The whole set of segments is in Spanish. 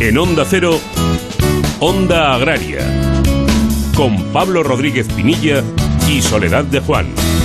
En Onda Cero, Onda Agraria, con Pablo Rodríguez Pinilla y Soledad de Juan.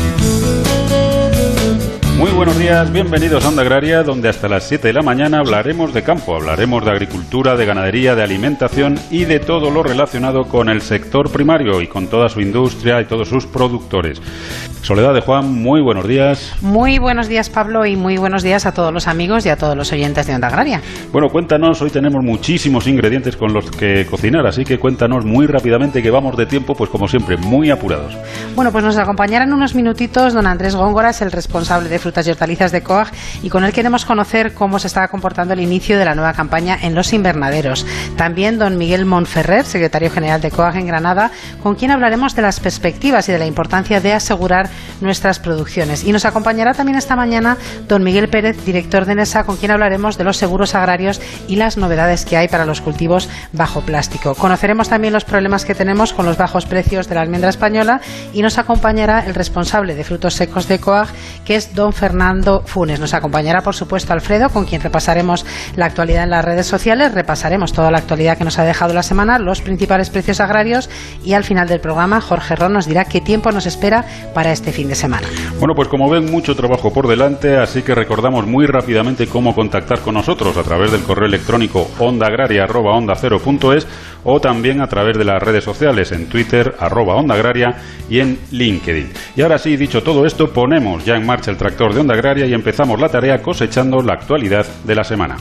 Muy buenos días, bienvenidos a Onda Agraria, donde hasta las 7 de la mañana hablaremos de campo, hablaremos de agricultura, de ganadería, de alimentación y de todo lo relacionado con el sector primario y con toda su industria y todos sus productores. Soledad de Juan, muy buenos días. Muy buenos días, Pablo, y muy buenos días a todos los amigos y a todos los oyentes de Onda Agraria. Bueno, cuéntanos, hoy tenemos muchísimos ingredientes con los que cocinar, así que cuéntanos muy rápidamente, que vamos de tiempo, pues como siempre, muy apurados. Bueno, pues nos acompañará en unos minutitos don Andrés Góngora, el responsable de frutas y hortalizas de COAG, y con él queremos conocer cómo se está comportando el inicio de la nueva campaña en los invernaderos. También don Miguel Monferrer, secretario general de COAG en Granada, con quien hablaremos de las perspectivas y de la importancia de asegurar nuestras producciones. Y nos acompañará también esta mañana don Miguel Pérez, director de NESA, con quien hablaremos de los seguros agrarios y las novedades que hay para los cultivos bajo plástico. Conoceremos también los problemas que tenemos con los bajos precios de la almendra española, y nos acompañará el responsable de frutos secos de COAG, que es don Fernando Funes. Nos acompañará, por supuesto, Alfredo, con quien repasaremos la actualidad en las redes sociales, repasaremos toda la actualidad que nos ha dejado la semana, los principales precios agrarios, y al final del programa Jorge Ron nos dirá qué tiempo nos espera para este fin de semana. Bueno, pues como ven, mucho trabajo por delante, así que recordamos muy rápidamente cómo contactar con nosotros a través del correo electrónico ondaagraria@ondacero.es o también a través de las redes sociales en Twitter @ondaagraria y en LinkedIn. Y ahora sí, dicho todo esto, ponemos ya en marcha el tractor de Onda Agraria y empezamos la tarea cosechando la actualidad de la semana.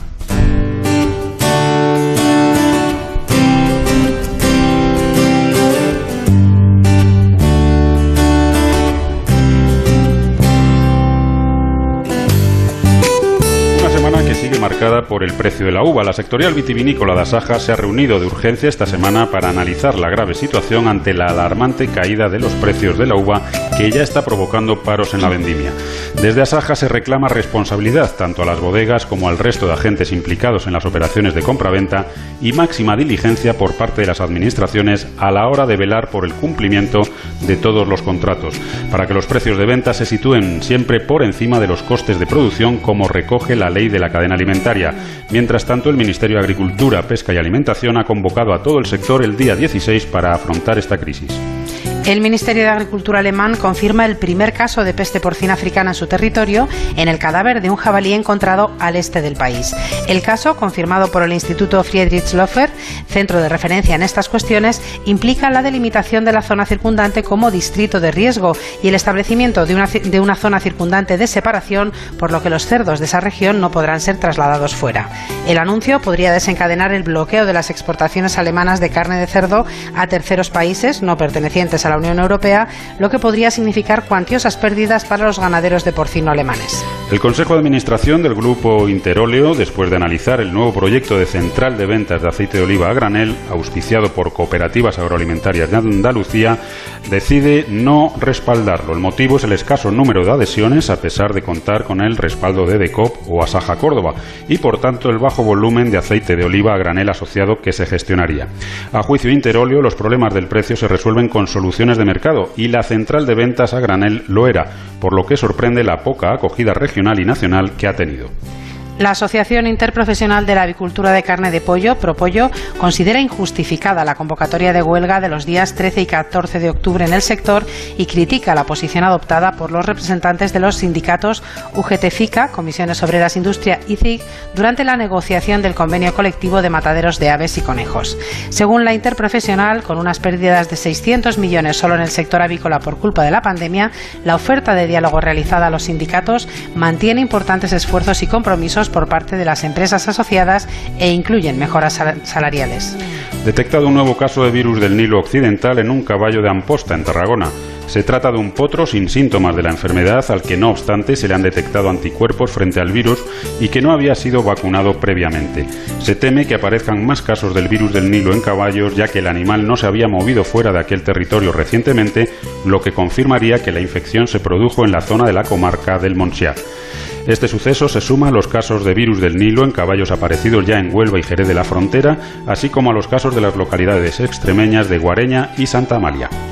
Marcada por el precio de la uva. La sectorial vitivinícola de Asaja se ha reunido de urgencia esta semana para analizar la grave situación ante la alarmante caída de los precios de la uva, que ya está provocando paros en la vendimia. Desde Asaja se reclama responsabilidad tanto a las bodegas como al resto de agentes implicados en las operaciones de compraventa y máxima diligencia por parte de las administraciones a la hora de velar por el cumplimiento de todos los contratos, para que los precios de venta se sitúen siempre por encima de los costes de producción, como recoge la ley de la cadena alimentaria. Mientras tanto, el Ministerio de Agricultura, Pesca y Alimentación ha convocado a todo el sector el día 16 para afrontar esta crisis. El Ministerio de Agricultura alemán confirma el primer caso de peste porcina africana en su territorio, en el cadáver de un jabalí encontrado al este del país. El caso, confirmado por el Instituto Friedrich Loeffler, centro de referencia en estas cuestiones, implica la delimitación de la zona circundante como distrito de riesgo y el establecimiento de una zona circundante de separación, por lo que los cerdos de esa región no podrán ser trasladados fuera. El anuncio podría desencadenar el bloqueo de las exportaciones alemanas de carne de cerdo a terceros países no pertenecientes a la Unión Europea, lo que podría significar cuantiosas pérdidas para los ganaderos de porcino alemanes. El Consejo de Administración del Grupo Interóleo, después de analizar el nuevo proyecto de central de ventas de aceite de oliva a granel, auspiciado por Cooperativas Agroalimentarias de Andalucía, decide no respaldarlo. El motivo es el escaso número de adhesiones, a pesar de contar con el respaldo de DECOP o Asaja Córdoba, y por tanto el bajo volumen de aceite de oliva a granel asociado que se gestionaría. A juicio de Interóleo, los problemas del precio se resuelven con soluciones de mercado, y la central de ventas a granel lo era, por lo que sorprende la poca acogida regional y nacional que ha tenido. La Asociación Interprofesional de la Avicultura de Carne de Pollo, Propollo, considera injustificada la convocatoria de huelga de los días 13 y 14 de octubre en el sector y critica la posición adoptada por los representantes de los sindicatos UGT-FICA, Comisiones Obreras Industria y CIG, durante la negociación del convenio colectivo de mataderos de aves y conejos. Según la interprofesional, con unas pérdidas de 600 millones solo en el sector avícola por culpa de la pandemia, la oferta de diálogo realizada a los sindicatos mantiene importantes esfuerzos y compromisos por parte de las empresas asociadas e incluyen mejoras salariales. Detectado un nuevo caso de virus del Nilo Occidental en un caballo de Amposta, en Tarragona. Se trata de un potro sin síntomas de la enfermedad, al que no obstante se le han detectado anticuerpos frente al virus y que no había sido vacunado previamente. Se teme que aparezcan más casos del virus del Nilo en caballos, ya que el animal no se había movido fuera de aquel territorio recientemente, lo que confirmaría que la infección se produjo en la zona de la comarca del Montsià. Este suceso se suma a los casos de virus del Nilo en caballos aparecidos ya en Huelva y Jerez de la Frontera, así como a los casos de las localidades extremeñas de Guareña y Santa Amalia.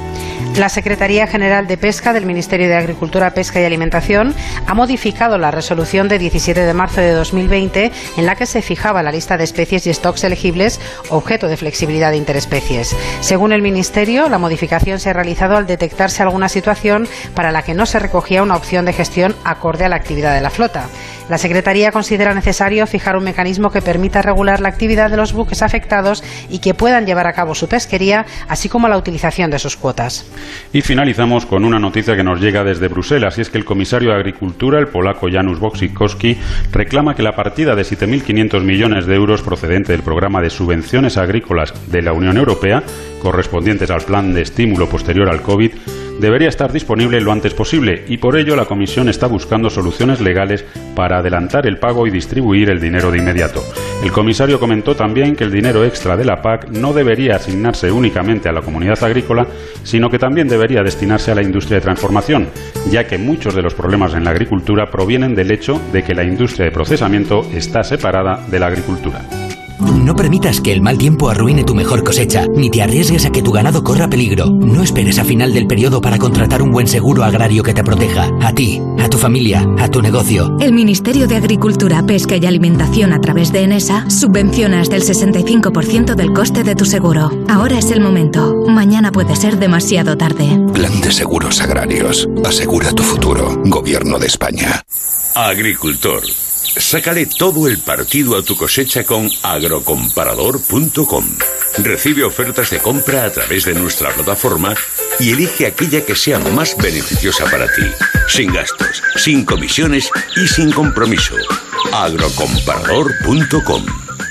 La Secretaría General de Pesca del Ministerio de Agricultura, Pesca y Alimentación ha modificado la resolución de 17 de marzo de 2020 en la que se fijaba la lista de especies y stocks elegibles objeto de flexibilidad de interespecies. Según el Ministerio, la modificación se ha realizado al detectarse alguna situación para la que no se recogía una opción de gestión acorde a la actividad de la flota. La Secretaría considera necesario fijar un mecanismo que permita regular la actividad de los buques afectados y que puedan llevar a cabo su pesquería, así como la utilización de sus cuotas. Y finalizamos con una noticia que nos llega desde Bruselas, y es que el comisario de Agricultura, el polaco Janusz Wojciechowski, reclama que la partida de 7.500 millones de euros procedente del programa de subvenciones agrícolas de la Unión Europea, correspondientes al plan de estímulo posterior al COVID, debería estar disponible lo antes posible, y por ello la Comisión está buscando soluciones legales para adelantar el pago y distribuir el dinero de inmediato. El comisario comentó también que el dinero extra de la PAC no debería asignarse únicamente a la comunidad agrícola, sino que también debería destinarse a la industria de transformación, ya que muchos de los problemas en la agricultura provienen del hecho de que la industria de procesamiento está separada de la agricultura. No permitas que el mal tiempo arruine tu mejor cosecha, ni te arriesgues a que tu ganado corra peligro. No esperes a final del periodo para contratar un buen seguro agrario que te proteja. A ti, a tu familia, a tu negocio. El Ministerio de Agricultura, Pesca y Alimentación a través de Enesa subvenciona hasta el 65% del coste de tu seguro. Ahora es el momento. Mañana puede ser demasiado tarde. Plan de Seguros Agrarios. Asegura tu futuro. Gobierno de España. Agricultor. Sácale todo el partido a tu cosecha con agrocomparador.com. Recibe ofertas de compra a través de nuestra plataforma y elige aquella que sea más beneficiosa para ti. Sin gastos, sin comisiones y sin compromiso. agrocomparador.com.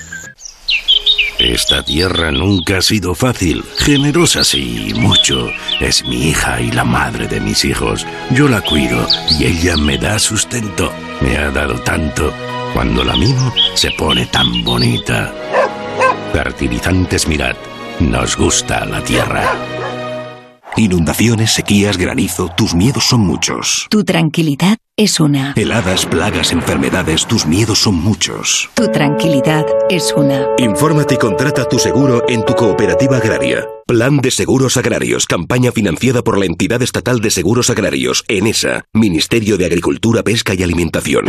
Esta tierra nunca ha sido fácil. Generosa sí, mucho. Es mi hija y la madre de mis hijos. Yo la cuido y ella me da sustento. Me ha dado tanto. Cuando la mimo, se pone tan bonita. Fertilizantes Mirad. Nos gusta la tierra. Inundaciones, sequías, granizo, tus miedos son muchos. Tu tranquilidad es una. Heladas, plagas, enfermedades, tus miedos son muchos. Tu tranquilidad es una. Infórmate y contrata tu seguro en tu cooperativa agraria. Plan de Seguros Agrarios, campaña financiada por la Entidad Estatal de Seguros Agrarios, Enesa, Ministerio de Agricultura, Pesca y Alimentación.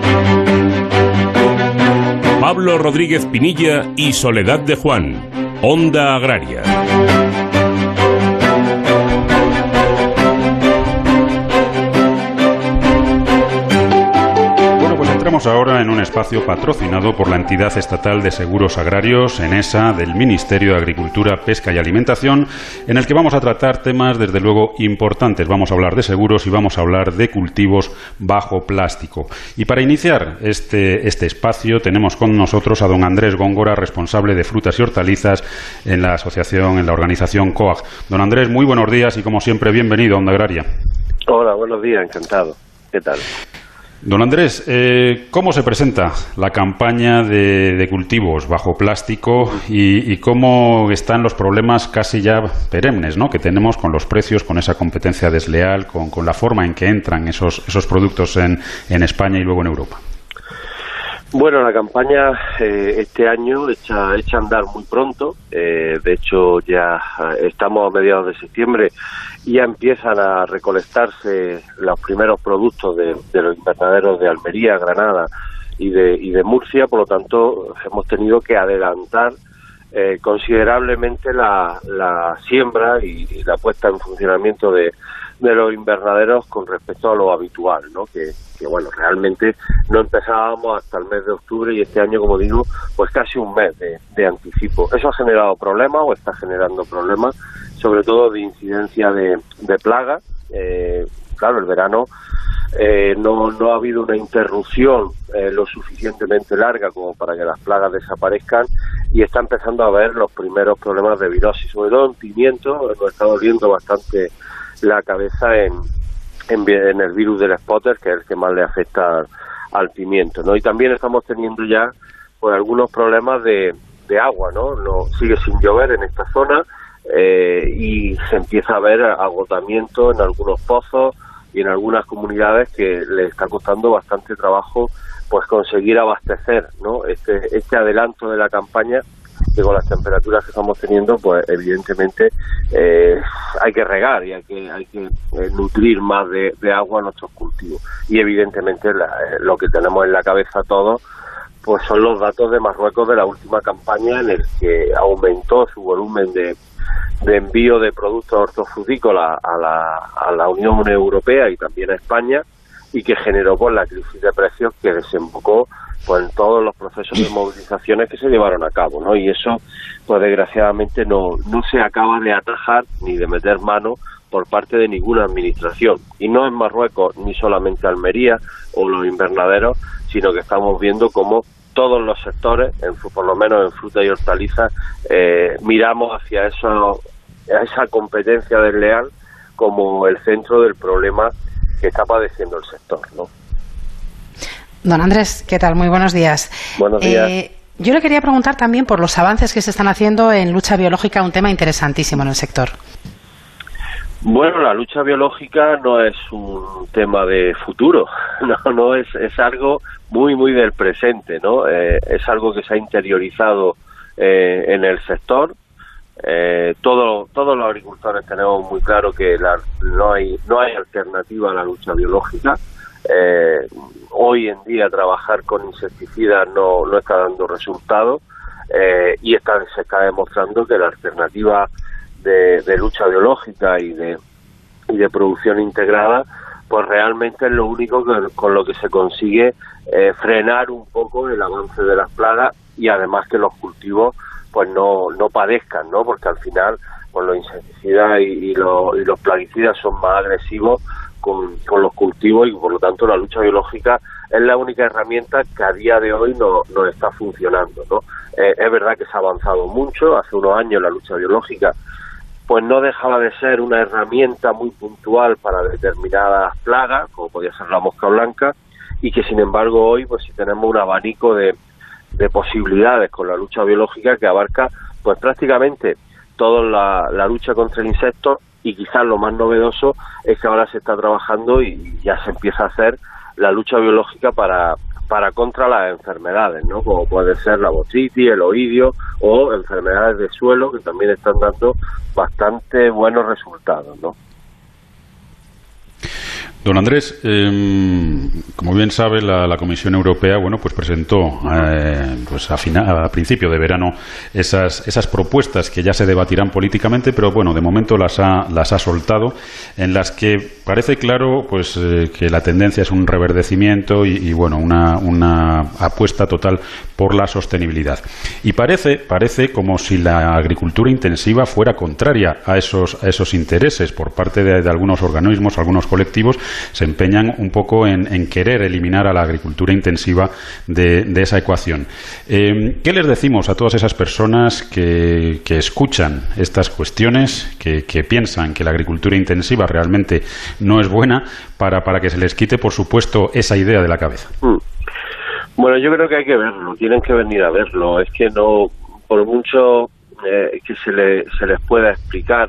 Pablo Rodríguez Pinilla y Soledad de Juan, Onda Agraria. Entramos ahora en un espacio patrocinado por la Entidad Estatal de Seguros Agrarios, Enesa, del Ministerio de Agricultura, Pesca y Alimentación, en el que vamos a tratar temas, desde luego, importantes. Vamos a hablar de seguros y vamos a hablar de cultivos bajo plástico. Y para iniciar este espacio tenemos con nosotros a don Andrés Góngora, responsable de frutas y hortalizas en la asociación, en la organización COAG. Don Andrés, muy buenos días y, como siempre, bienvenido a Onda Agraria. Hola, buenos días, encantado. ¿Qué tal? Don Andrés, ¿cómo se presenta la campaña de cultivos bajo plástico y cómo están los problemas casi ya perennes, ¿no?, que tenemos con los precios, con esa competencia desleal, con la forma en que entran esos productos en España y luego en Europa? Bueno, la campaña este año echa a andar muy pronto. De hecho, ya estamos a mediados de septiembre y ya empiezan a recolectarse los primeros productos de los invernaderos de Almería, Granada y de Murcia. Por lo tanto, hemos tenido que adelantar considerablemente la siembra y la puesta en funcionamiento de los invernaderos con respecto a lo habitual, ¿no? Que bueno, realmente no empezábamos hasta el mes de octubre y este año, como digo, pues casi un mes de anticipo. Eso ha generado problemas o está generando problemas, sobre todo de incidencia de plaga. Claro, el verano no ha habido una interrupción lo suficientemente larga como para que las plagas desaparezcan y está empezando a haber los primeros problemas de virosis, sobre todo en pimiento. Nos está doliendo bastante la cabeza en el virus del spotter, que es el que más le afecta al pimiento, ¿no? Y también estamos teniendo ya pues algunos problemas de agua, ¿no? Sigue sin llover en esta zona y se empieza a ver agotamiento en algunos pozos y en algunas comunidades que le está costando bastante trabajo pues conseguir abastecer, ¿no? Este adelanto de la campaña que con las temperaturas que estamos teniendo, pues evidentemente hay que regar y hay que nutrir más de agua a nuestros cultivos. Y evidentemente lo que tenemos en la cabeza todos, pues son los datos de Marruecos de la última campaña, en el que aumentó su volumen de envío de productos hortofrutícolas a la Unión Europea y también a España, y que generó pues la crisis de precios que desembocó pues en todos los procesos de movilizaciones que se llevaron a cabo, ¿no? Y eso pues desgraciadamente no se acaba de atajar ni de meter mano por parte de ninguna administración, y no en Marruecos ni solamente Almería o los invernaderos, sino que estamos viendo cómo todos los sectores, por lo menos en fruta y hortalizas, miramos hacia esa competencia desleal como el centro del problema que está padeciendo el sector, ¿no? Don Andrés, ¿qué tal? Muy buenos días. Buenos días. Yo le quería preguntar también por los avances que se están haciendo en lucha biológica, un tema interesantísimo en el sector. Bueno, la lucha biológica no es un tema de futuro, no es algo muy del presente, ¿no? Es algo que se ha interiorizado en el sector. Todos los agricultores tenemos muy claro que no hay alternativa a la lucha biológica. Hoy en día trabajar con insecticidas no está dando resultados, y se está demostrando que la alternativa de lucha biológica y de producción integrada, pues realmente es lo único con lo que se consigue frenar un poco el avance de las plagas, y además que los cultivos pues no padezcan, ¿no? Porque al final pues los insecticidas y los plaguicidas son más agresivos con los cultivos, y por lo tanto la lucha biológica es la única herramienta que a día de hoy no está funcionando, ¿no? Es verdad que se ha avanzado mucho. Hace unos años la lucha biológica pues no dejaba de ser una herramienta muy puntual para determinadas plagas, como podía ser la mosca blanca, y que sin embargo hoy pues sí tenemos un abanico de posibilidades con la lucha biológica que abarca pues prácticamente toda la lucha contra el insecto, y quizás lo más novedoso es que ahora se está trabajando y ya se empieza a hacer la lucha biológica para contra las enfermedades, ¿no? Como puede ser la botrytis, el oidio o enfermedades de suelo, que también están dando bastante buenos resultados, ¿no? Don Andrés, como bien sabe, la Comisión Europea, bueno, pues presentó pues a principio de verano esas propuestas que ya se debatirán políticamente, pero bueno, de momento las ha soltado, en las que parece claro pues que la tendencia es un reverdecimiento y bueno, una apuesta total por la sostenibilidad. Y parece como si la agricultura intensiva fuera contraria a esos intereses por parte de algunos organismos, algunos colectivos. Se empeñan un poco en querer eliminar a la agricultura intensiva de esa ecuación. ¿Qué les decimos a todas esas personas que escuchan estas cuestiones, que piensan que la agricultura intensiva realmente no es buena, para que se les quite, por supuesto, esa idea de la cabeza? Bueno, yo creo que hay que verlo, tienen que venir a verlo. Es que no, por mucho que se les pueda explicar,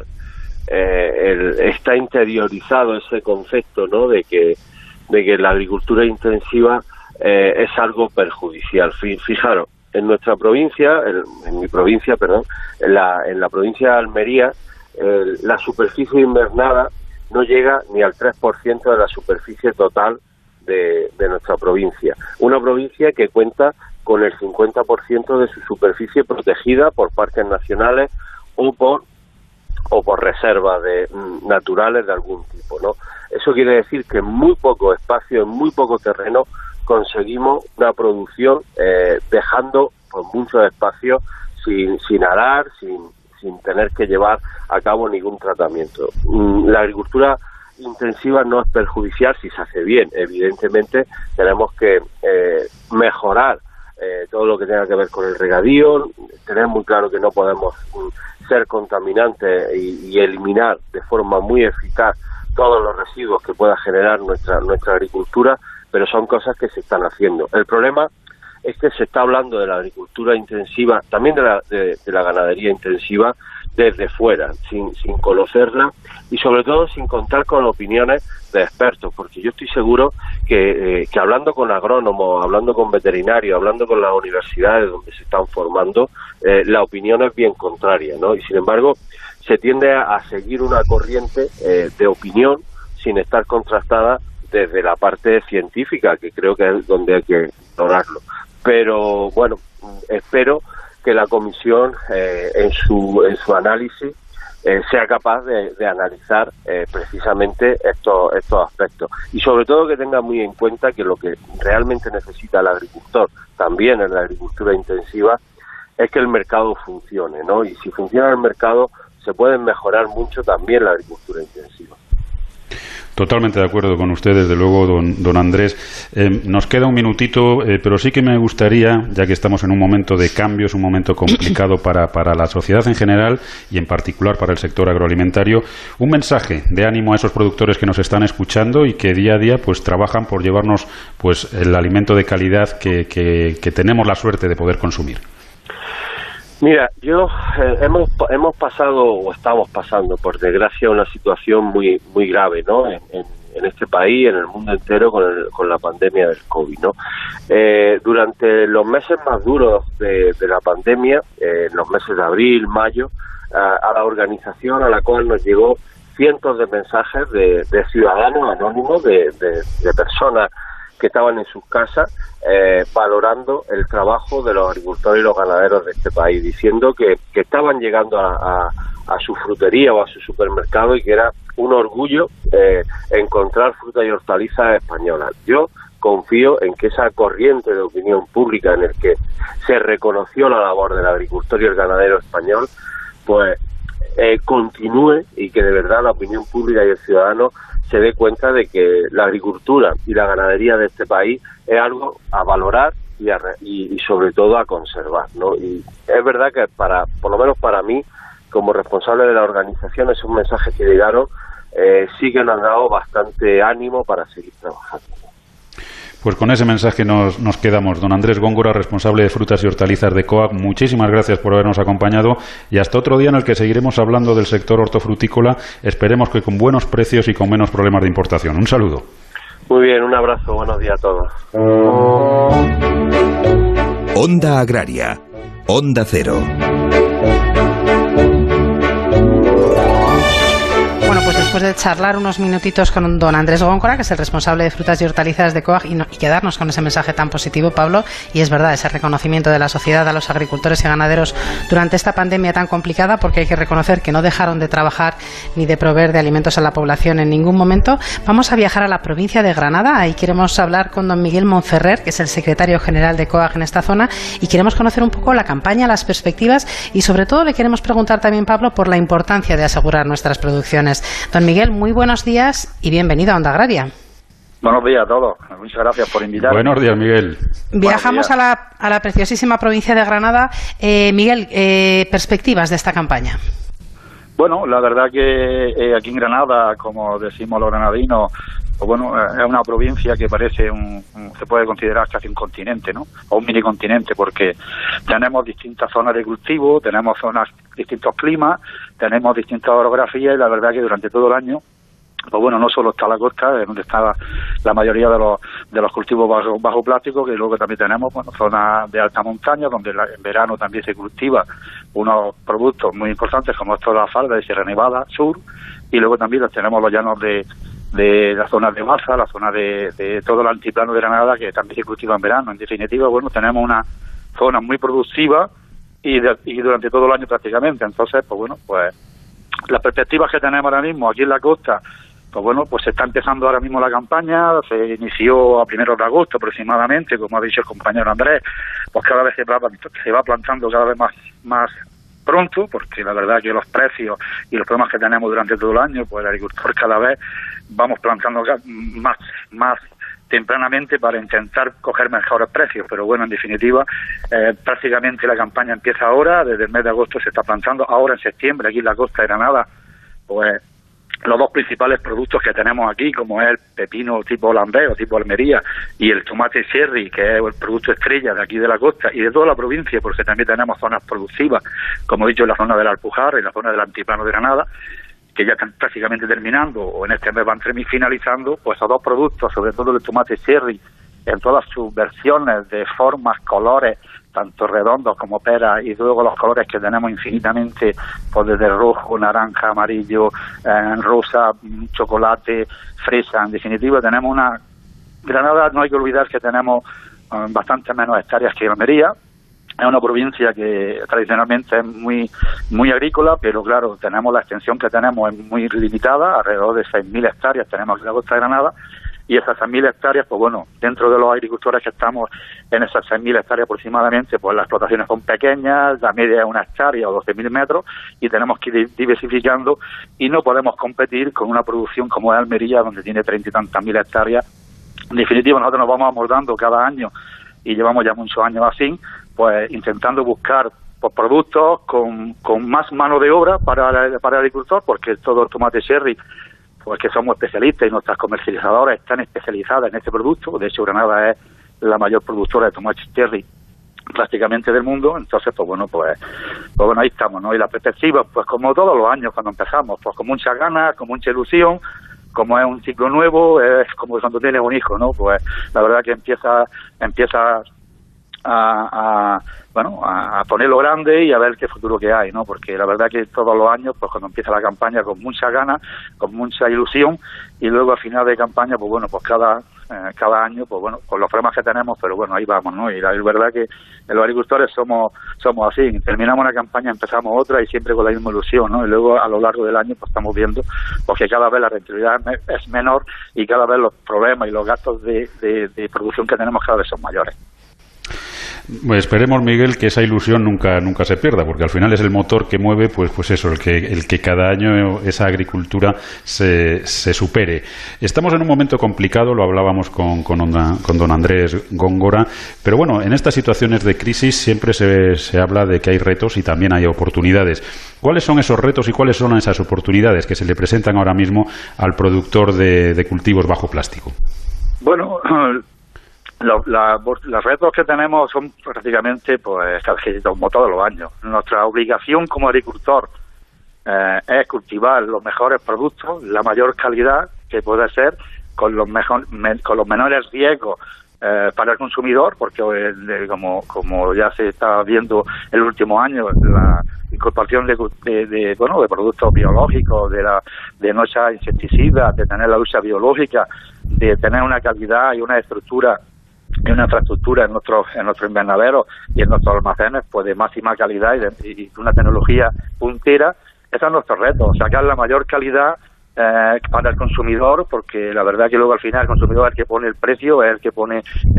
está interiorizado ese concepto, ¿no? de que la agricultura intensiva es algo perjudicial. Fijaros, en nuestra provincia, en mi provincia, perdón, en la provincia de Almería, la superficie invernada no llega ni al 3% de la superficie total de nuestra provincia. Una provincia que cuenta con el 50% de su superficie protegida por parques nacionales o por reservas naturales de algún tipo, ¿no? Eso quiere decir que en muy poco espacio, en muy poco terreno, conseguimos una producción dejando pues, muchos espacios sin arar, sin tener que llevar a cabo ningún tratamiento. La agricultura intensiva no es perjudicial si se hace bien. Evidentemente tenemos que mejorar todo lo que tenga que ver con el regadío, tener muy claro que no podemos ser contaminantes y eliminar de forma muy eficaz todos los residuos que pueda generar nuestra agricultura, pero son cosas que se están haciendo. El problema es que se está hablando de la agricultura intensiva, también de la ganadería intensiva, desde fuera, sin conocerla y sobre todo sin contar con opiniones de expertos, porque yo estoy seguro que hablando con agrónomos, hablando con veterinarios, hablando con las universidades donde se están formando, la opinión es bien contraria, ¿no? Y sin embargo se tiende a seguir una corriente de opinión sin estar contrastada desde la parte científica, que creo que es donde hay que ignorarlo. Pero bueno, espero que la comisión en su análisis sea capaz de analizar precisamente estos aspectos y sobre todo que tenga muy en cuenta que lo que realmente necesita el agricultor, también en la agricultura intensiva, es que el mercado funcione, ¿no? Y si funciona el mercado se puede mejorar mucho también la agricultura intensiva. Totalmente de acuerdo con usted, desde luego, don Andrés. Nos queda un minutito, pero sí que me gustaría, ya que estamos en un momento de cambios, un momento complicado para la sociedad en general y en particular para el sector agroalimentario, un mensaje de ánimo a esos productores que nos están escuchando y que día a día pues trabajan por llevarnos pues el alimento de calidad que tenemos la suerte de poder consumir. Mira, hemos pasado o estamos pasando, por desgracia, una situación muy grave, ¿no? En este país, en el mundo entero, con la pandemia del COVID, ¿no? Durante los meses más duros de la pandemia, los meses de abril, mayo, a la organización a la cual nos llegó cientos de mensajes de ciudadanos anónimos, de personas que estaban en sus casas valorando el trabajo de los agricultores y los ganaderos de este país, diciendo que estaban llegando a su frutería o a su supermercado y que era un orgullo encontrar frutas y hortalizas españolas. Yo confío en que esa corriente de opinión pública en el que se reconoció la labor del agricultor y el ganadero español, pues continúe y que de verdad la opinión pública y el ciudadano se dé cuenta de que la agricultura y la ganadería de este país es algo a valorar y sobre todo a conservar, ¿no? Y es verdad que por lo menos para mí, como responsable de la organización, esos mensajes que llegaron sí que nos han dado bastante ánimo para seguir trabajando. Pues con ese mensaje nos quedamos. Don Andrés Góngora, responsable de frutas y hortalizas de COAG, muchísimas gracias por habernos acompañado y hasta otro día en el que seguiremos hablando del sector hortofrutícola, esperemos que con buenos precios y con menos problemas de importación. Un saludo. Muy bien, un abrazo, buenos días a todos. Onda Agraria, Onda Cero. Bueno, pues después de charlar unos minutitos con don Andrés Góngora, que es el responsable de frutas y hortalizas de COAG, y quedarnos con ese mensaje tan positivo, Pablo, y es verdad, ese reconocimiento de la sociedad a los agricultores y ganaderos durante esta pandemia tan complicada, porque hay que reconocer que no dejaron de trabajar ni de proveer de alimentos a la población en ningún momento. Vamos a viajar a la provincia de Granada, ahí queremos hablar con don Miguel Monferrer, que es el secretario general de COAG en esta zona, y queremos conocer un poco la campaña, las perspectivas, y sobre todo le queremos preguntar también, Pablo, por la importancia de asegurar nuestras producciones. Don Miguel, muy buenos días y bienvenido a Onda Agraria. Buenos días a todos. Muchas gracias por invitarme. Buenos días, Miguel. Viajamos a la preciosísima provincia de Granada. Miguel, perspectivas de esta campaña. Bueno, la verdad que aquí en Granada, como decimos los granadinos, pues bueno, es una provincia que parece se puede considerar casi un continente, ¿no? O un mini continente, porque tenemos distintas zonas de cultivo, tenemos distintos climas, tenemos distintas orografías y la verdad que durante todo el año, pues bueno, no solo está la costa, donde está la mayoría de los cultivos bajo plástico, que luego también tenemos, bueno, zonas de alta montaña, donde en verano también se cultiva unos productos muy importantes como esto de la falda de Sierra Nevada Sur, y luego también tenemos los llanos de la zona de Maza, la zona de todo el altiplano de Granada, que también se cultiva en verano. En definitiva, bueno, tenemos una zona muy productiva y durante todo el año prácticamente. Entonces, pues bueno, pues las perspectivas que tenemos ahora mismo aquí en la costa, pues bueno, pues se está empezando ahora mismo la campaña, se inició a 1 de agosto aproximadamente, como ha dicho el compañero Andrés, pues cada vez se va plantando cada vez más pronto, porque la verdad que los precios y los problemas que tenemos durante todo el año, pues el agricultor cada vez vamos plantando más tempranamente para intentar coger mejores precios, pero bueno, en definitiva, prácticamente la campaña empieza ahora, desde el mes de agosto se está plantando, ahora en septiembre, aquí en la costa de Granada, pues los dos principales productos que tenemos aquí, como es el pepino tipo holandés o tipo Almería y el tomate cherry, que es el producto estrella de aquí de la costa y de toda la provincia, porque también tenemos zonas productivas, como he dicho, la zona del Alpujarra y la zona del Altiplano de Granada, que ya están prácticamente terminando, o en este mes van finalizando, pues esos dos productos, sobre todo el tomate cherry, en todas sus versiones de formas, colores, tanto redondos como peras, y luego los colores que tenemos infinitamente, pues desde rojo, naranja, amarillo, rosa, chocolate, fresa. En definitiva, tenemos una... Granada, no hay que olvidar que tenemos bastante menos hectáreas que Almería. Es una provincia que tradicionalmente es muy agrícola, pero claro, tenemos la extensión que tenemos es muy limitada, alrededor de 6.000 hectáreas tenemos en la costa de Granada, y esas 6.000 hectáreas, pues bueno, dentro de los agricultores que estamos en esas 6.000 hectáreas aproximadamente, pues las explotaciones son pequeñas, la media es 1 hectárea o 12.000 metros, y tenemos que ir diversificando, y no podemos competir con una producción como es Almería, donde tiene 30 y tantas mil hectáreas. En definitiva, nosotros nos vamos amoldando cada año, y llevamos ya muchos años así, pues intentando buscar pues, productos con más mano de obra para el agricultor, porque todo el tomate cherry, pues que somos especialistas y nuestras comercializadoras están especializadas en este producto. De hecho, Granada es la mayor productora de tomate cherry prácticamente del mundo. Entonces, pues bueno, ahí estamos, ¿no? Y la perspectiva, pues como todos los años cuando empezamos, pues con muchas ganas, con mucha ilusión, como es un ciclo nuevo, es como cuando tienes un hijo, ¿no? Pues la verdad que empieza a ponerlo grande y a ver qué futuro que hay, ¿no? Porque la verdad que todos los años, pues cuando empieza la campaña con muchas ganas, con mucha ilusión, y luego al final de campaña, pues bueno, pues cada año, pues bueno, con los problemas que tenemos, pero bueno, ahí vamos, ¿no? Y la verdad que los agricultores somos así, terminamos una campaña, empezamos otra y siempre con la misma ilusión, ¿no? Y luego a lo largo del año pues estamos viendo pues que cada vez la rentabilidad es menor y cada vez los problemas y los gastos de producción que tenemos cada vez son mayores. Pues esperemos, Miguel, que esa ilusión nunca se pierda, porque al final es el motor que mueve, pues eso, el que cada año esa agricultura se supere. Estamos en un momento complicado, lo hablábamos con don Andrés Góngora, pero bueno, en estas situaciones de crisis siempre se habla de que hay retos y también hay oportunidades. ¿Cuáles son esos retos y cuáles son esas oportunidades que se le presentan ahora mismo al productor de cultivos bajo plástico? Bueno, los retos que tenemos son prácticamente pues como todos los años. Nuestra obligación como agricultor es cultivar los mejores productos, la mayor calidad que puede ser, con los menores riesgos para el consumidor, porque como ya se está viendo en el último año, la incorporación de productos biológicos, de no usar insecticidas, de tener la lucha biológica, de tener una calidad y una estructura y una infraestructura en nuestros invernaderos y en nuestros almacenes pues de máxima calidad y una tecnología puntera. Ese es nuestro reto, sacar la mayor calidad para el consumidor, porque la verdad que luego al final el consumidor es el que pone el precio, es el que pone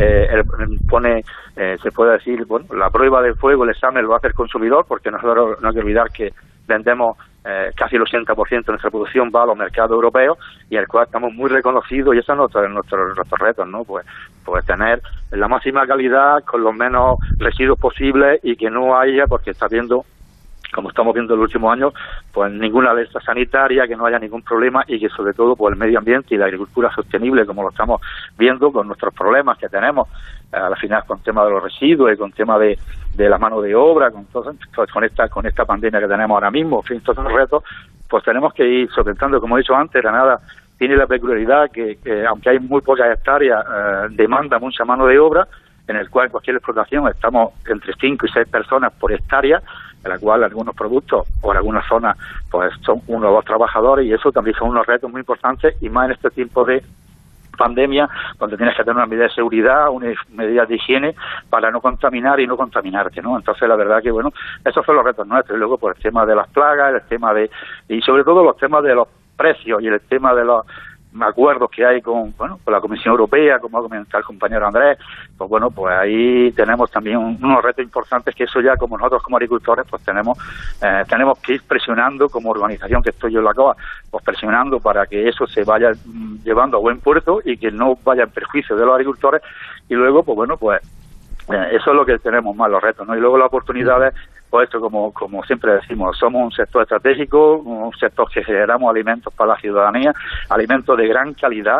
se puede decir, bueno, la prueba de fuego, el examen lo hace el consumidor, porque nosotros no hay que olvidar que vendemos casi el 80% de nuestra producción va a los mercados europeos, y al cual estamos muy reconocidos, y eso es nuestros retos, ¿no? Pues tener la máxima calidad con los menos residuos posibles y que no haya, porque está viendo, como estamos viendo en los últimos años, pues ninguna alerta sanitaria, que no haya ningún problema, y que sobre todo pues el medio ambiente y la agricultura sostenible, como lo estamos viendo con nuestros problemas que tenemos al final con tema de los residuos y con tema de la mano de obra, con esta pandemia que tenemos ahora mismo, en fin, todos los retos, pues tenemos que ir solventando. Como he dicho antes, Granada tiene la peculiaridad que aunque hay muy pocas hectáreas, demanda mucha mano de obra, en el cual en cualquier explotación estamos entre 5 y 6 personas por hectárea, en la cual algunos productos o en algunas zonas pues son 1 o 2 trabajadores, y eso también son unos retos muy importantes, y más en este tiempo de pandemia, donde tienes que tener una medida de seguridad, unas medidas de higiene para no contaminar y no contaminarte, ¿no? Entonces la verdad que bueno, esos son los retos nuestros. Y luego pues el tema de las plagas, el tema y sobre todo los temas de los precios y el tema de los acuerdos que hay con la Comisión Europea, como ha comentado el compañero Andrés, pues bueno, pues ahí tenemos también unos retos importantes, que eso ya como nosotros como agricultores pues tenemos que ir presionando como organización, que estoy yo en la COA, pues presionando para que eso se vaya llevando a buen puerto y que no vaya en perjuicio de los agricultores. Y luego pues bueno, pues eso es lo que tenemos más, los retos, ¿no? Y luego las oportunidades, pues esto como siempre decimos, somos un sector estratégico, un sector que generamos alimentos para la ciudadanía, alimentos de gran calidad,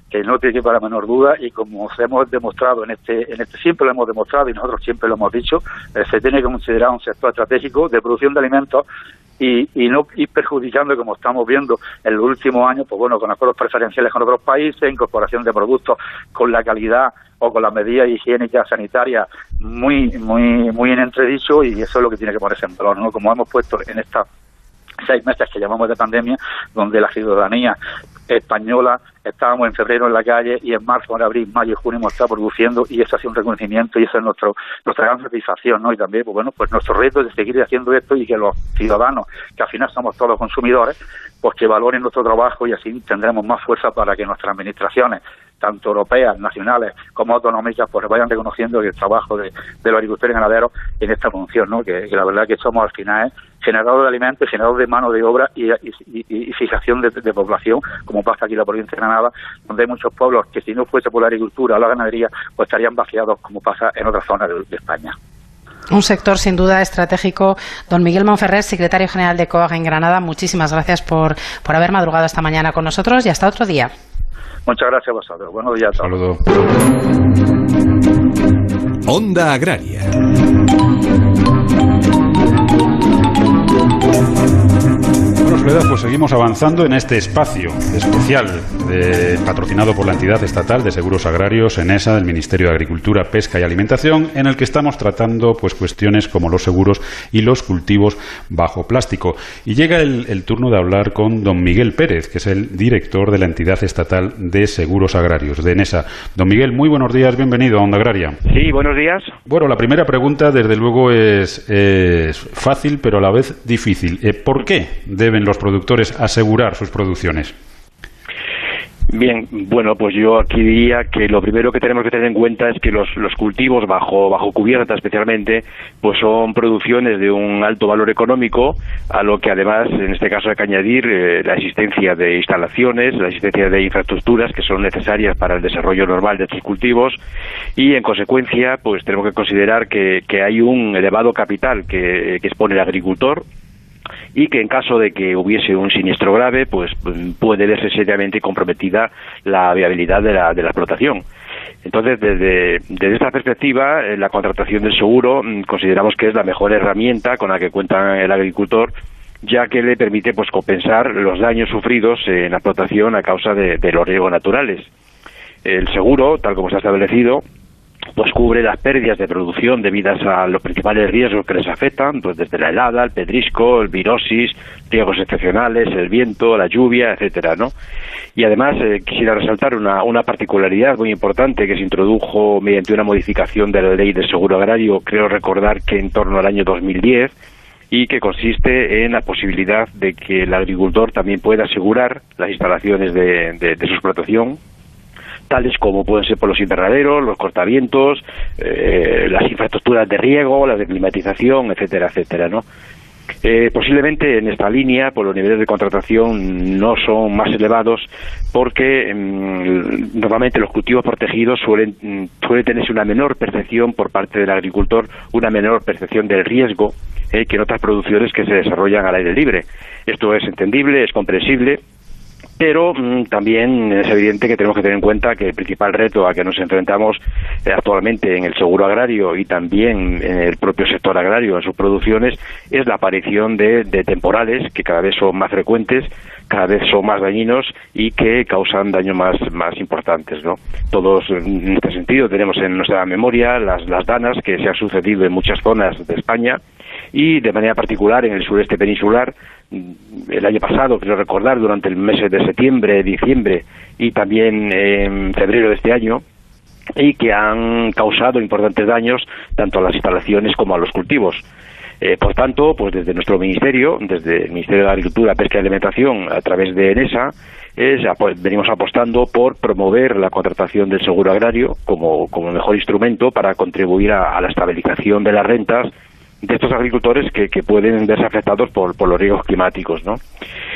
que no te quepa la menor duda, y como hemos demostrado en este siempre lo hemos demostrado y nosotros siempre lo hemos dicho, se tiene que considerar un sector estratégico de producción de alimentos y no ir perjudicando, como estamos viendo en los últimos años, pues bueno, con acuerdos preferenciales con otros países, incorporación de productos con la calidad o con las medidas higiénicas sanitarias muy en entredicho, y eso es lo que tiene que ponerse en valor, ¿no? Como hemos puesto en estas 6 meses que llamamos de pandemia, donde la ciudadanía española estábamos en febrero en la calle y en marzo, en abril, mayo y junio hemos estado produciendo, y eso ha sido un reconocimiento y eso es nuestra gran satisfacción, ¿no? Y también, pues bueno, pues nuestro reto es de seguir haciendo esto y que los ciudadanos, que al final somos todos consumidores, pues que valoren nuestro trabajo, y así tendremos más fuerza para que nuestras administraciones, tanto europeas, nacionales como autonómicas, pues vayan reconociendo el trabajo de los agricultores y ganaderos en esta función, ¿no? Que la verdad que somos al final generador de alimentos, generador de mano de obra y fijación de población, como pasa aquí en la provincia de Granada, donde hay muchos pueblos que si no fuese por la agricultura o la ganadería, pues estarían vaciados, como pasa en otras zonas de España. Un sector sin duda estratégico. Don Miguel Monferrer, secretario general de COAG en Granada, muchísimas gracias por haber madrugado esta mañana con nosotros y hasta otro día. Muchas gracias a vosotros. Buenos días a todos. Saludos. Onda Agraria. Bueno, Soledad, pues seguimos avanzando en este espacio especial patrocinado por la entidad estatal de seguros agrarios, ENESA, del Ministerio de Agricultura, Pesca y Alimentación, en el que estamos tratando pues cuestiones como los seguros y los cultivos bajo plástico. Y llega el turno de hablar con don Miguel Pérez, que es el director de la entidad estatal de seguros agrarios, de ENESA. Don Miguel, muy buenos días, bienvenido a Onda Agraria. Sí, buenos días. Bueno, la primera pregunta, desde luego, es fácil, pero a la vez difícil. ¿Por qué deben los productores asegurar sus producciones? Bien, bueno, pues yo aquí diría que lo primero que tenemos que tener en cuenta es que los cultivos bajo cubierta especialmente, pues son producciones de un alto valor económico, a lo que además en este caso hay que añadir la existencia de instalaciones, la existencia de infraestructuras que son necesarias para el desarrollo normal de estos cultivos, y en consecuencia pues tenemos que considerar que hay un elevado capital que expone el agricultor, y que en caso de que hubiese un siniestro grave, pues puede verse seriamente comprometida la viabilidad de la explotación. Entonces, desde esta perspectiva, la contratación del seguro consideramos que es la mejor herramienta con la que cuenta el agricultor, ya que le permite pues compensar los daños sufridos en la explotación a causa de los riesgos naturales. El seguro, tal como se ha establecido, pues cubre las pérdidas de producción debidas a los principales riesgos que les afectan, pues desde la helada, el pedrisco, el virosis, riesgos excepcionales, el viento, la lluvia, etcétera, ¿no? Y además quisiera resaltar una particularidad muy importante que se introdujo mediante una modificación de la ley del seguro agrario, creo recordar que en torno al año 2010, y que consiste en la posibilidad de que el agricultor también pueda asegurar las instalaciones de su explotación, tales como pueden ser por los invernaderos, los cortavientos, las infraestructuras de riego, las de climatización, etcétera, etcétera, ¿no? Posiblemente en esta línea, pues los niveles de contratación no son más elevados porque normalmente los cultivos protegidos suele tenerse una menor percepción por parte del agricultor, una menor percepción del riesgo que en otras producciones que se desarrollan al aire libre. Esto es entendible, es comprensible, pero también es evidente que tenemos que tener en cuenta que el principal reto a que nos enfrentamos actualmente en el seguro agrario y también en el propio sector agrario en sus producciones es la aparición de temporales que cada vez son más frecuentes, cada vez son más dañinos y que causan daños más importantes, ¿no? Todos en este sentido tenemos en nuestra memoria las danas que se han sucedido en muchas zonas de España y de manera particular en el sureste peninsular. El año pasado, quiero recordar, durante el mes de septiembre, diciembre y también en febrero de este año, y que han causado importantes daños tanto a las instalaciones como a los cultivos. Por tanto, pues desde nuestro ministerio, desde el Ministerio de Agricultura, Pesca y Alimentación, a través de ENESA, venimos apostando por promover la contratación del seguro agrario como el mejor instrumento para contribuir a la estabilización de las rentas de estos agricultores que pueden verse afectados por los riesgos climáticos, ¿no?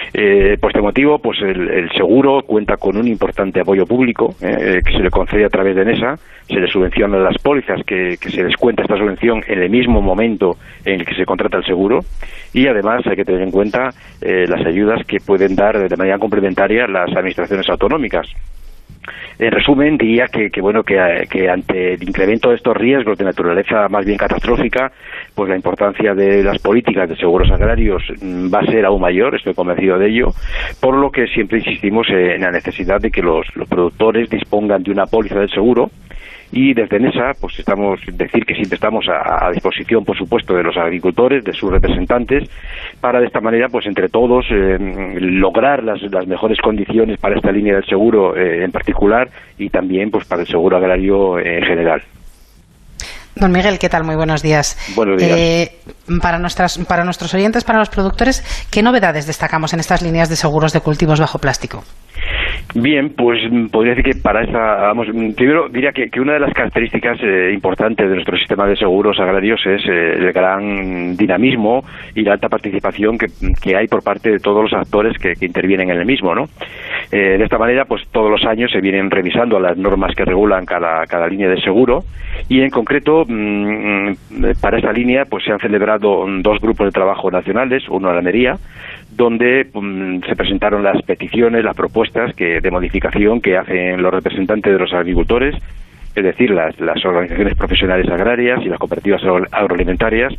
Por este motivo, pues el seguro cuenta con un importante apoyo público que se le concede a través de ENESA, se le subvenciona las pólizas que se descuenta esta subvención en el mismo momento en el que se contrata el seguro, y además hay que tener en cuenta las ayudas que pueden dar de manera complementaria las administraciones autonómicas. En resumen, diría que ante el incremento de estos riesgos de naturaleza más bien catastrófica, pues la importancia de las políticas de seguros agrarios va a ser aún mayor, estoy convencido de ello, por lo que siempre insistimos en la necesidad de que los productores dispongan de una póliza del seguro. Y desde ENESA, pues siempre estamos a disposición, por supuesto, de los agricultores, de sus representantes, para de esta manera, pues entre todos, lograr las mejores condiciones para esta línea del seguro en particular y también pues para el seguro agrario en general. Don Miguel, ¿qué tal? Muy buenos días. Buenos días. Para nuestros oyentes, para los productores, ¿qué novedades destacamos en estas líneas de seguros de cultivos bajo plástico? Bien, pues podría decir que para esta, primero diría que una de las características importantes de nuestro sistema de seguros agrarios es el gran dinamismo y la alta participación que hay por parte de todos los actores que intervienen en el mismo, ¿no? De esta manera, pues todos los años se vienen revisando las normas que regulan cada línea de seguro y en concreto para esta línea pues se han celebrado 2 grupos de trabajo nacionales, uno en Almería, donde se presentaron las peticiones, las propuestas de modificación que hacen los representantes de los agricultores, es decir, las organizaciones profesionales agrarias y las cooperativas agroalimentarias,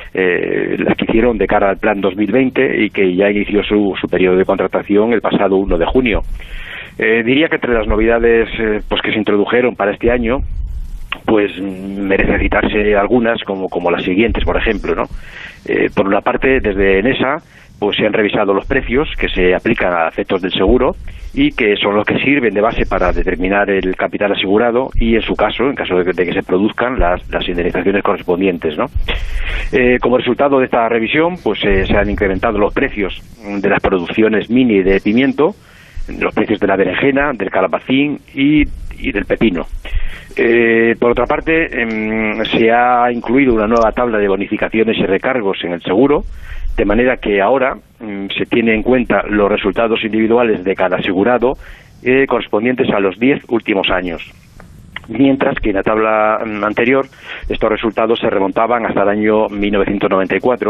las que hicieron de cara al Plan 2020 y que ya inició su periodo de contratación el pasado 1 de junio. Diría que entre las novedades pues que se introdujeron para este año, pues merece citarse algunas como las siguientes, por ejemplo, ¿no? Por una parte, desde ENESA, pues se han revisado los precios que se aplican a efectos del seguro y que son los que sirven de base para determinar el capital asegurado y, en caso de que se produzcan las indemnizaciones correspondientes, ¿no? Como resultado de esta revisión, pues se han incrementado los precios de las producciones mini de pimiento, los precios de la berenjena, del calabacín y del pepino. Por otra parte, se ha incluido una nueva tabla de bonificaciones y recargos en el seguro, de manera que ahora se tiene en cuenta los resultados individuales de cada asegurado correspondientes a los 10 últimos años. Mientras que en la tabla anterior estos resultados se remontaban hasta el año 1994.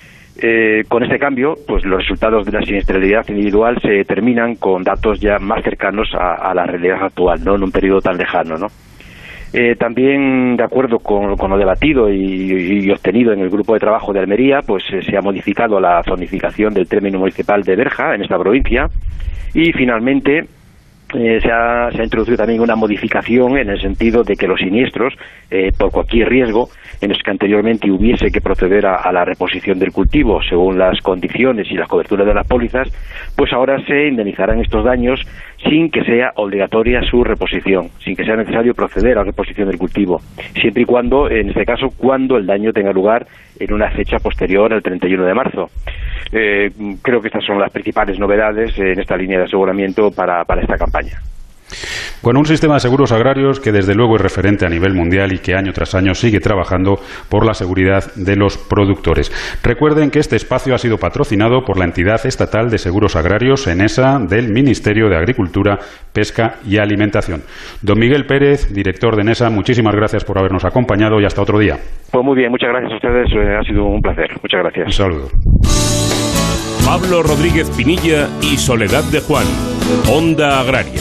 Con este cambio, pues los resultados de la siniestralidad individual se determinan con datos ya más cercanos a la realidad actual, no en un periodo tan lejano, ¿no? También, de acuerdo con lo debatido y obtenido en el grupo de trabajo de Almería, pues se ha modificado la zonificación del término municipal de Berja, en esta provincia, y finalmente se ha introducido también una modificación en el sentido de que los siniestros, por cualquier riesgo, en los que anteriormente hubiese que proceder a la reposición del cultivo según las condiciones y las coberturas de las pólizas, pues ahora se indemnizarán estos daños sin que sea obligatoria su reposición, sin que sea necesario proceder a la reposición del cultivo, siempre y cuando, en este caso, cuando el daño tenga lugar en una fecha posterior al 31 de marzo. Creo que estas son las principales novedades en esta línea de aseguramiento para esta campaña. Bueno, un sistema de seguros agrarios que desde luego es referente a nivel mundial y que año tras año sigue trabajando por la seguridad de los productores. Recuerden que este espacio ha sido patrocinado por la entidad estatal de seguros agrarios ENESA del Ministerio de Agricultura, Pesca y Alimentación. Don Miguel Pérez, director de ENESA, muchísimas gracias por habernos acompañado y hasta otro día. Pues muy bien, muchas gracias a ustedes, ha sido un placer. Muchas gracias. Un saludo. Pablo Rodríguez Pinilla y Soledad de Juan, Onda Agraria.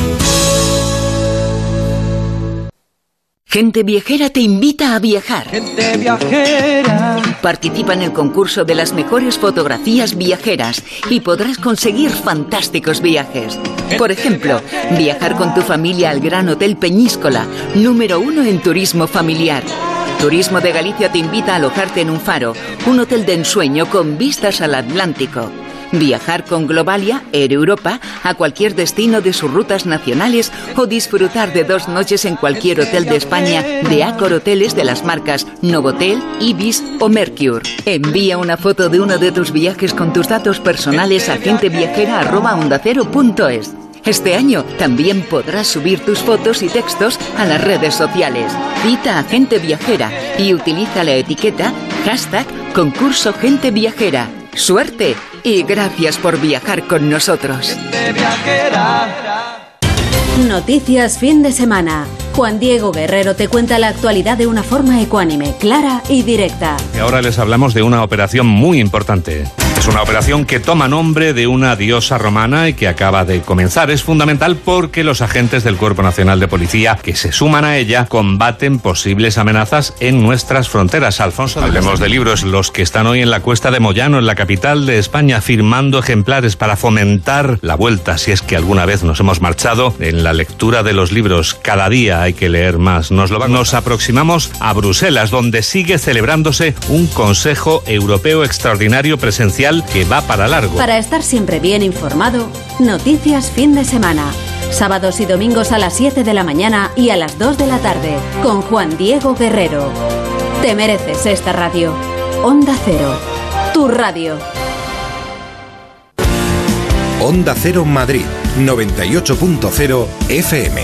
Gente Viajera te invita a viajar. Gente Viajera. Participa en el concurso de las mejores fotografías viajeras y podrás conseguir fantásticos viajes. Por ejemplo, viajar con tu familia al Gran Hotel Peñíscola, número 1 en turismo familiar. Turismo de Galicia te invita a alojarte en un faro, un hotel de ensueño con vistas al Atlántico. Viajar con Globalia, Air Europa, a cualquier destino de sus rutas nacionales o disfrutar de 2 noches en cualquier hotel de España de Accor Hoteles de las marcas Novotel, Ibis o Mercure. Envía una foto de uno de tus viajes con tus datos personales a genteviajera@ondacero.es. Este año también podrás subir tus fotos y textos a las redes sociales. Cita a Gente Viajera y utiliza la etiqueta #concurso Gente Viajera. ¡Suerte! Y gracias por viajar con nosotros. Noticias fin de semana. Juan Diego Guerrero te cuenta la actualidad de una forma ecuánime, clara y directa. Y ahora les hablamos de una operación muy importante. Es una operación que toma nombre de una diosa romana y que acaba de comenzar. Es fundamental porque los agentes del Cuerpo Nacional de Policía que se suman a ella combaten posibles amenazas en nuestras fronteras. Alfonso, hablemos de libros. Los que están hoy en la Cuesta de Moyano, en la capital de España, firmando ejemplares para fomentar la vuelta, si es que alguna vez nos hemos marchado, en la lectura de los libros. Cada día hay que leer más. Nos aproximamos a Bruselas, donde sigue celebrándose un Consejo Europeo Extraordinario presencial que va para largo. Para estar siempre bien informado, Noticias Fin de Semana. Sábados y domingos a las 7 de la mañana y a las 2 de la tarde, con Juan Diego Guerrero. Te mereces esta radio. Onda Cero, tu radio. Onda Cero Madrid, 98.0 FM.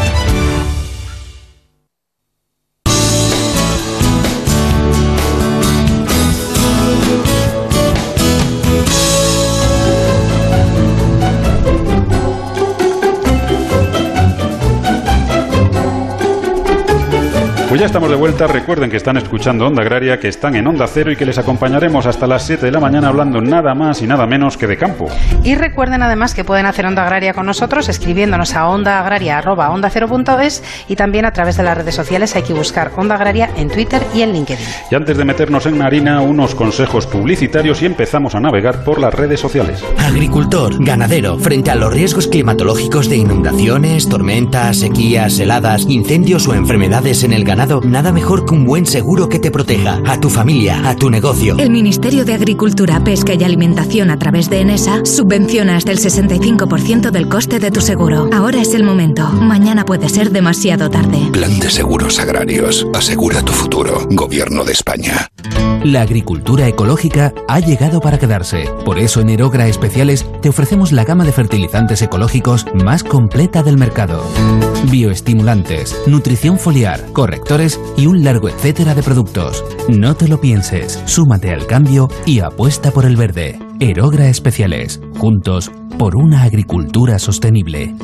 Pues ya estamos de vuelta. Recuerden que están escuchando Onda Agraria, que están en Onda Cero y que les acompañaremos hasta las 7 de la mañana hablando nada más y nada menos que de campo. Y recuerden además que pueden hacer Onda Agraria con nosotros escribiéndonos a ondaagraria@ondacero.es y también a través de las redes sociales. Hay que buscar Onda Agraria en Twitter y en LinkedIn. Y antes de meternos en harina, unos consejos publicitarios y empezamos a navegar por las redes sociales. Agricultor, ganadero, frente a los riesgos climatológicos de inundaciones, tormentas, sequías, heladas, incendios o enfermedades en el ganado, nada mejor que un buen seguro que te proteja a tu familia, a tu negocio. El Ministerio de Agricultura, Pesca y Alimentación a través de ENESA subvenciona hasta el 65% del coste de tu seguro. Ahora es el momento. Mañana puede ser demasiado tarde. Plan de Seguros Agrarios. Asegura tu futuro. Gobierno de España. La agricultura ecológica ha llegado para quedarse. Por eso en Erogra Especiales te ofrecemos la gama de fertilizantes ecológicos más completa del mercado. Bioestimulantes, nutrición foliar, correctores y un largo etcétera de productos. No te lo pienses, súmate al cambio y apuesta por el verde. Erogra Especiales, juntos por una agricultura sostenible.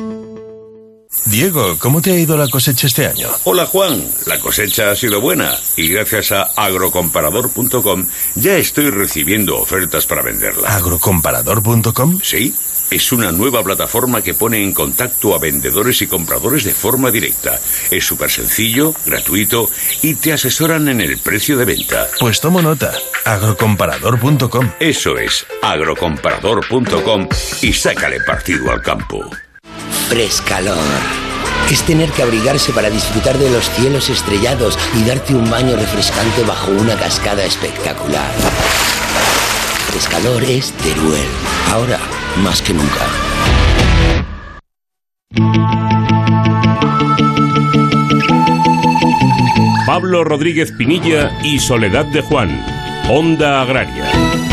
Diego, ¿cómo te ha ido la cosecha este año? Hola Juan, la cosecha ha sido buena y gracias a agrocomparador.com ya estoy recibiendo ofertas para venderla. ¿Agrocomparador.com? Sí, es una nueva plataforma que pone en contacto a vendedores y compradores de forma directa. Es súper sencillo, gratuito y te asesoran en el precio de venta. Pues tomo nota, agrocomparador.com. Eso es, agrocomparador.com y sácale partido al campo. Frescalor. Es tener que abrigarse para disfrutar de los cielos estrellados y darte un baño refrescante bajo una cascada espectacular. Frescalor es Teruel. Ahora, más que nunca. Pablo Rodríguez Pinilla y Soledad de Juan. Onda Agraria.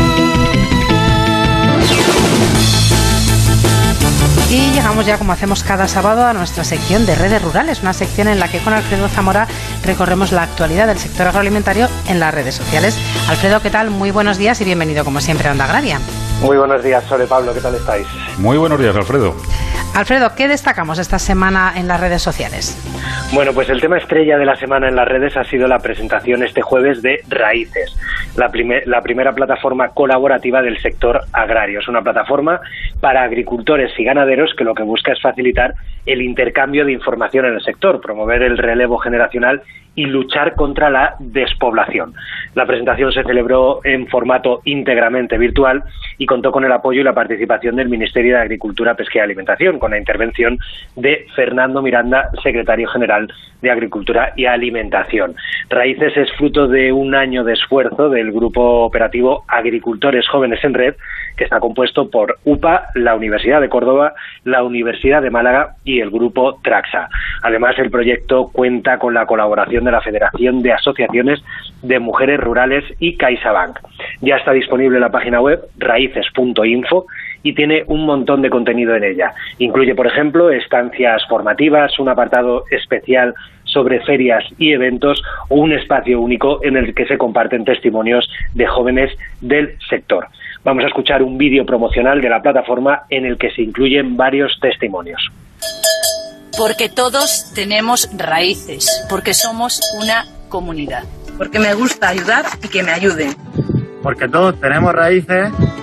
Y llegamos ya, como hacemos cada sábado, a nuestra sección de redes rurales, una sección en la que con Alfredo Zamora recorremos la actualidad del sector agroalimentario en las redes sociales. Alfredo, ¿qué tal? Muy buenos días y bienvenido como siempre a Onda Agraria. Muy buenos días, Sole, Pablo, ¿qué tal estáis? Muy buenos días, Alfredo. Alfredo, ¿qué destacamos esta semana en las redes sociales? Bueno, pues el tema estrella de la semana en las redes ha sido la presentación este jueves de Raíces, la primera plataforma colaborativa del sector agrario. Es una plataforma para agricultores y ganaderos que lo que busca es facilitar el intercambio de información en el sector, promover el relevo generacional y luchar contra la despoblación. La presentación se celebró en formato íntegramente virtual y contó con el apoyo y la participación del Ministerio de Agricultura, Pesca y Alimentación, con la intervención de Fernando Miranda, secretario general de Agricultura y Alimentación. Raíces es fruto de un año de esfuerzo del grupo operativo Agricultores Jóvenes en Red, que está compuesto por UPA, la Universidad de Córdoba, la Universidad de Málaga y el grupo Traxa. Además, el proyecto cuenta con la colaboración de la Federación de Asociaciones de Mujeres Rurales y CaixaBank. Ya está disponible la página web raíces.info y tiene un montón de contenido en ella. Incluye, por ejemplo, estancias formativas, un apartado especial sobre ferias y eventos o un espacio único en el que se comparten testimonios de jóvenes del sector. Vamos a escuchar un vídeo promocional de la plataforma en el que se incluyen varios testimonios. Porque todos tenemos raíces, porque somos una comunidad. Porque me gusta ayudar y que me ayuden. Porque todos tenemos raíces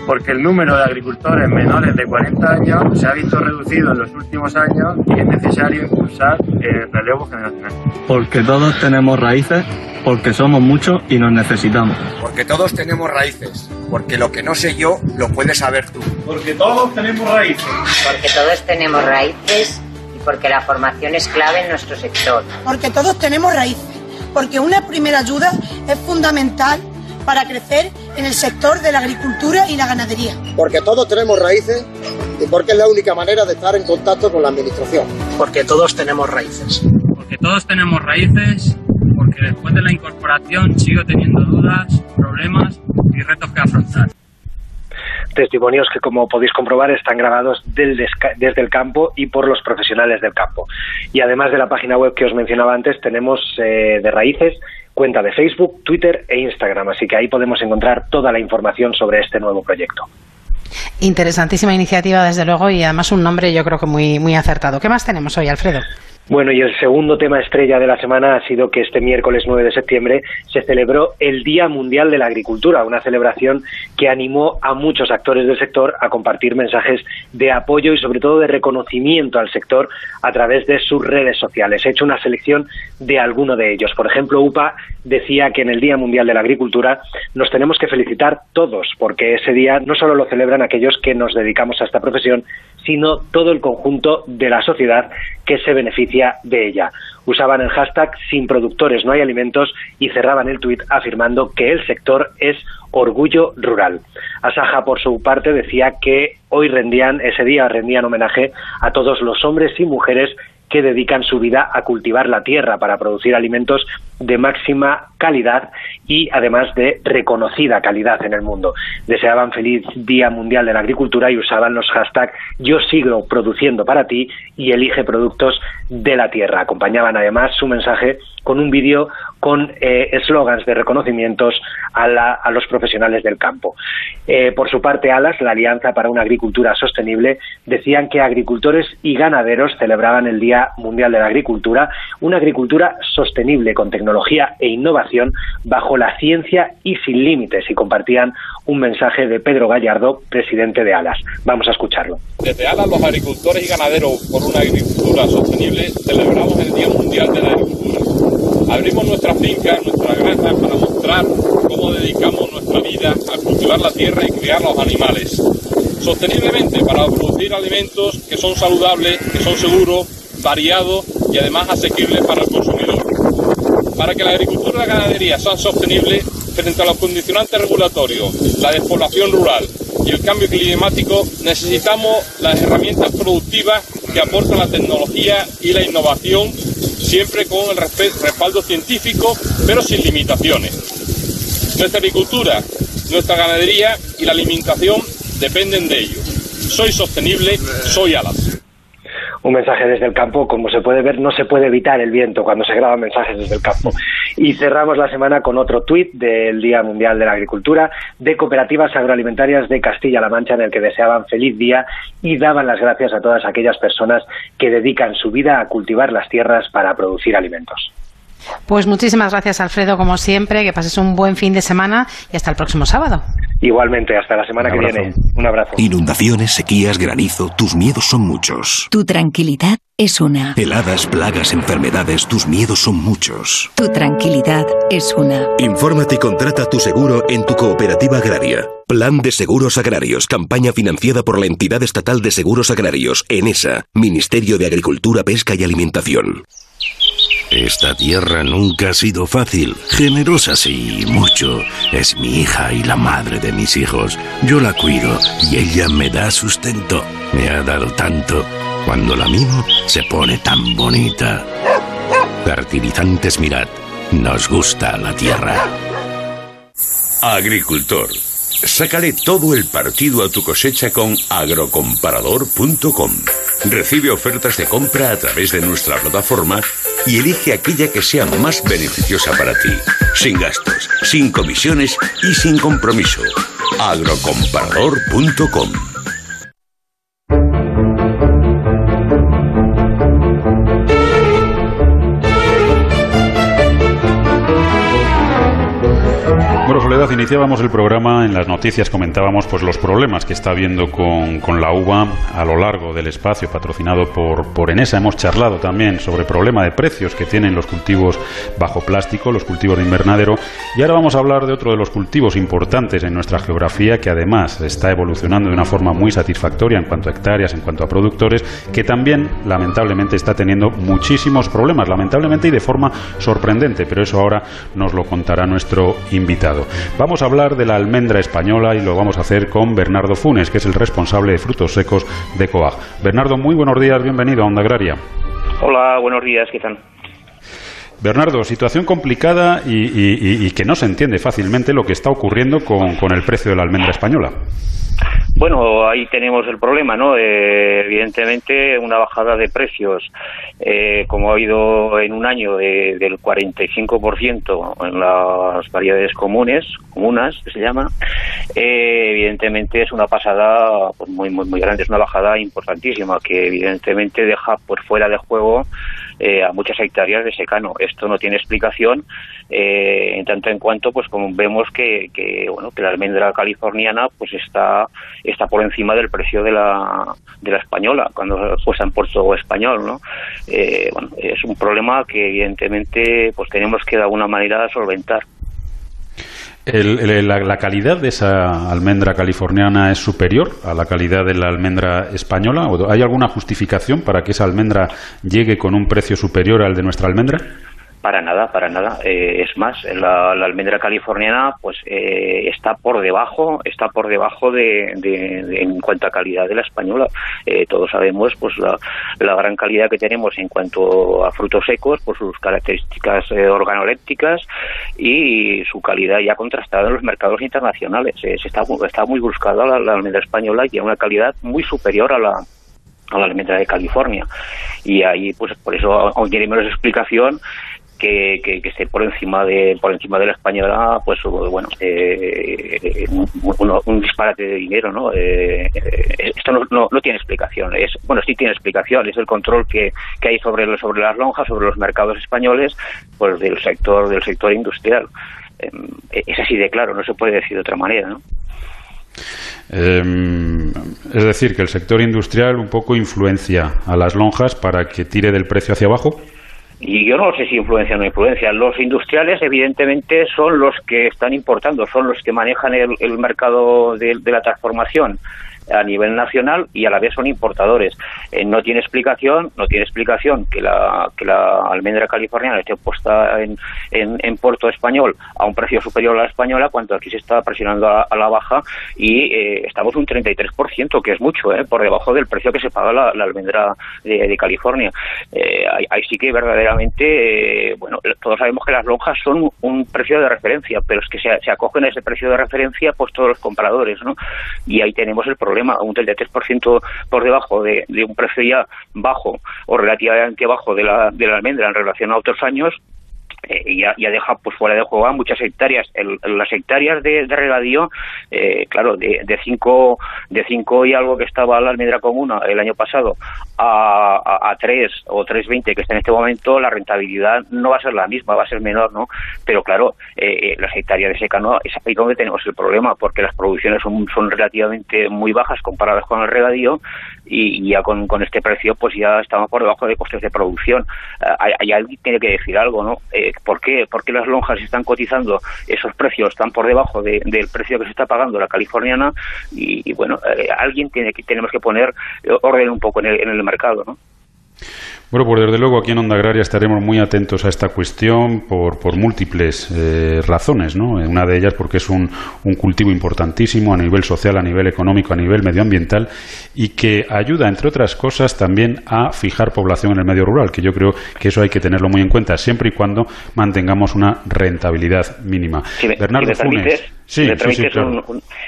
porque el número de agricultores menores de 40 años se ha visto reducido en los últimos años y es necesario impulsar el relevo generacional. Porque todos tenemos raíces, porque somos muchos y nos necesitamos. Porque todos tenemos raíces, porque lo que no sé yo lo puedes saber tú. Porque todos tenemos raíces. Porque todos tenemos raíces y porque la formación es clave en nuestro sector. Porque todos tenemos raíces, porque una primera ayuda es fundamental para crecer en el sector de la agricultura y la ganadería. Porque todos tenemos raíces y porque es la única manera de estar en contacto con la administración. Porque todos tenemos raíces. Porque todos tenemos raíces, porque después de la incorporación sigo teniendo dudas, problemas y retos que afrontar. Testimonios que, como podéis comprobar, están grabados desde el campo y por los profesionales del campo. Y además de la página web que os mencionaba antes, tenemos de Raíces cuenta de Facebook, Twitter e Instagram, así que ahí podemos encontrar toda la información sobre este nuevo proyecto. Interesantísima iniciativa, desde luego, y además un nombre yo creo que muy acertado. ¿Qué más tenemos hoy, Alfredo? Bueno, y el segundo tema estrella de la semana ha sido que este miércoles 9 de septiembre se celebró el Día Mundial de la Agricultura, una celebración que animó a muchos actores del sector a compartir mensajes de apoyo y sobre todo de reconocimiento al sector a través de sus redes sociales. He hecho una selección de alguno de ellos. Por ejemplo, UPA decía que en el Día Mundial de la Agricultura nos tenemos que felicitar todos, porque ese día no solo lo celebran aquellos que nos dedicamos a esta profesión, sino todo el conjunto de la sociedad que se beneficia de ella. Usaban el hashtag sin productores no hay alimentos y cerraban el tuit afirmando que el sector es orgullo rural. Asaja, por su parte, decía que ese día rendían homenaje a todos los hombres y mujeres que dedican su vida a cultivar la tierra para producir alimentos de máxima calidad y además de reconocida calidad en el mundo. Deseaban feliz Día Mundial de la Agricultura y usaban los hashtags yo sigo produciendo para ti y elige productos de la tierra. Acompañaban además su mensaje con un vídeo con eslogans de reconocimientos a los profesionales del campo. Por su parte, ALAS, la Alianza para una Agricultura Sostenible, decían que agricultores y ganaderos celebraban el Día Mundial de la Agricultura, una agricultura sostenible con tecnología e innovación bajo la ciencia y sin límites, y compartían un mensaje de Pedro Gallardo, presidente de ALAS. Vamos a escucharlo. Desde ALAS, los agricultores y ganaderos por una agricultura sostenible, celebramos el Día Mundial de la Agricultura. Abrimos nuestra finca, nuestra granja, para mostrar cómo dedicamos nuestra vida a cultivar la tierra y criar los animales sosteniblemente para producir alimentos que son saludables, que son seguros, variados y además asequibles para el consumidor. Para que la agricultura y la ganadería sean sostenibles frente a los condicionantes regulatorios, la despoblación rural y el cambio climático, necesitamos las herramientas productivas que aportan la tecnología y la innovación, siempre con el respaldo científico, pero sin limitaciones. Nuestra agricultura, nuestra ganadería y la alimentación dependen de ello. Soy sostenible, soy ALAS. Un mensaje desde el campo, como se puede ver, no se puede evitar el viento cuando se graban mensajes desde el campo. Y cerramos la semana con otro tuit del Día Mundial de la Agricultura de Cooperativas Agroalimentarias de Castilla-La Mancha, en el que deseaban feliz día y daban las gracias a todas aquellas personas que dedican su vida a cultivar las tierras para producir alimentos. Pues muchísimas gracias, Alfredo, como siempre, que pases un buen fin de semana y hasta el próximo sábado. Igualmente, hasta la semana que viene. Un abrazo. Inundaciones, sequías, granizo, tus miedos son muchos. Tu tranquilidad es una. Heladas, plagas, enfermedades, tus miedos son muchos. Tu tranquilidad es una. Infórmate y contrata tu seguro en tu cooperativa agraria. Plan de Seguros Agrarios, campaña financiada por la Entidad Estatal de Seguros Agrarios, ENESA, Ministerio de Agricultura, Pesca y Alimentación. Esta tierra nunca ha sido fácil. Generosa sí, mucho. Es mi hija y la madre de mis hijos. Yo la cuido y ella me da sustento. Me ha dado tanto. Cuando la mimo, se pone tan bonita. Fertilizantes Mirat. Nos gusta la tierra. Agricultor. Sácale todo el partido a tu cosecha con agrocomparador.com. Recibe ofertas de compra a través de nuestra plataforma y elige aquella que sea más beneficiosa para ti, sin gastos, sin comisiones y sin compromiso. agrocomparador.com. Soledad, iniciábamos el programa, en las noticias comentábamos pues los problemas que está habiendo con la uva a lo largo del espacio patrocinado por Enesa. Hemos charlado también sobre el problema de precios que tienen los cultivos bajo plástico, los cultivos de invernadero, y ahora vamos a hablar de otro de los cultivos importantes en nuestra geografía, que además está evolucionando de una forma muy satisfactoria en cuanto a hectáreas, en cuanto a productores, que también lamentablemente está teniendo muchísimos problemas, lamentablemente y de forma sorprendente, pero eso ahora nos lo contará nuestro invitado. Vamos a hablar de la almendra española y lo vamos a hacer con Bernardo Funes, que es el responsable de frutos secos de COAG. Bernardo, muy buenos días, bienvenido a Onda Agraria. Hola, buenos días, ¿qué tal? Bernardo, situación complicada y que no se entiende fácilmente lo que está ocurriendo con el precio de la almendra española. Bueno, ahí tenemos el problema, ¿no? Evidentemente, una bajada de precios, como ha habido en un año del 45% en las variedades comunas, que se llama, evidentemente es una pasada pues, muy grande, es una bajada importantísima que evidentemente deja por fuera de juego a muchas hectáreas de secano. Esto no tiene explicación, en tanto en cuanto, pues como vemos que la almendra californiana pues está por encima del precio de la española cuando puesta en puerto español, ¿no? Es un problema que evidentemente pues tenemos que de alguna manera solventar. ¿La calidad de esa almendra californiana es superior a la calidad de la almendra española? ¿O hay alguna justificación para que esa almendra llegue con un precio superior al de nuestra almendra? Para nada. Es más, la almendra californiana pues está por debajo en cuanto a calidad de la española. Todos sabemos pues la gran calidad que tenemos en cuanto a frutos secos, por sus características organolépticas y su calidad ya contrastada en los mercados internacionales. Está muy buscada la almendra española y tiene una calidad muy superior a la almendra de California. Y ahí pues por eso aún tiene menos explicación que esté por encima de la española, pues bueno, un disparate de dinero, ¿no? Esto no tiene explicación. Sí tiene explicación, es el control que hay sobre las lonjas, sobre los mercados españoles, pues del sector industrial. Es así de claro, no se puede decir de otra manera, ¿no? Es decir, que el sector industrial un poco influencia a las lonjas para que tire del precio hacia abajo. Y yo no sé si influencia o no influencia. Los industriales, evidentemente, son los que están importando, son los que manejan el mercado de la transformación a nivel nacional y a la vez son importadores. No tiene explicación que la almendra californiana esté puesta en puerto español a un precio superior a la española cuando aquí se está presionando a la baja y estamos un 33%, que es mucho, por debajo del precio que se paga la almendra de California. Ahí sí que verdaderamente, todos sabemos que las lonjas son un precio de referencia, pero es que se acogen a ese precio de referencia pues todos los compradores, ¿no? Y ahí tenemos el problema, un 33% por debajo de un precio ya bajo o relativamente bajo de la almendra en relación a otros años. Ya deja pues fuera de juego a muchas hectáreas. Las hectáreas de regadío, claro, de 5 y algo que estaba la almendra común el año pasado a 3 o 3,20 que está en este momento, la rentabilidad no va a ser la misma, va a ser menor, ¿no? Pero claro, las hectáreas de secano es ahí donde tenemos el problema, porque las producciones son relativamente muy bajas comparadas con el regadío y ya con este precio pues ya estamos por debajo de costes de producción. Hay alguien tiene que decir algo, ¿no? ¿Por qué las lonjas están cotizando esos precios tan por debajo del precio que se está pagando la californiana? Y bueno, tenemos que poner orden un poco en el mercado, ¿no? Bueno, pues desde luego aquí en Onda Agraria estaremos muy atentos a esta cuestión por múltiples razones, ¿no? Una de ellas porque es un cultivo importantísimo a nivel social, a nivel económico, a nivel medioambiental y que ayuda, entre otras cosas, también a fijar población en el medio rural, que yo creo que eso hay que tenerlo muy en cuenta, siempre y cuando mantengamos una rentabilidad mínima. Bernardo Funes. Claro.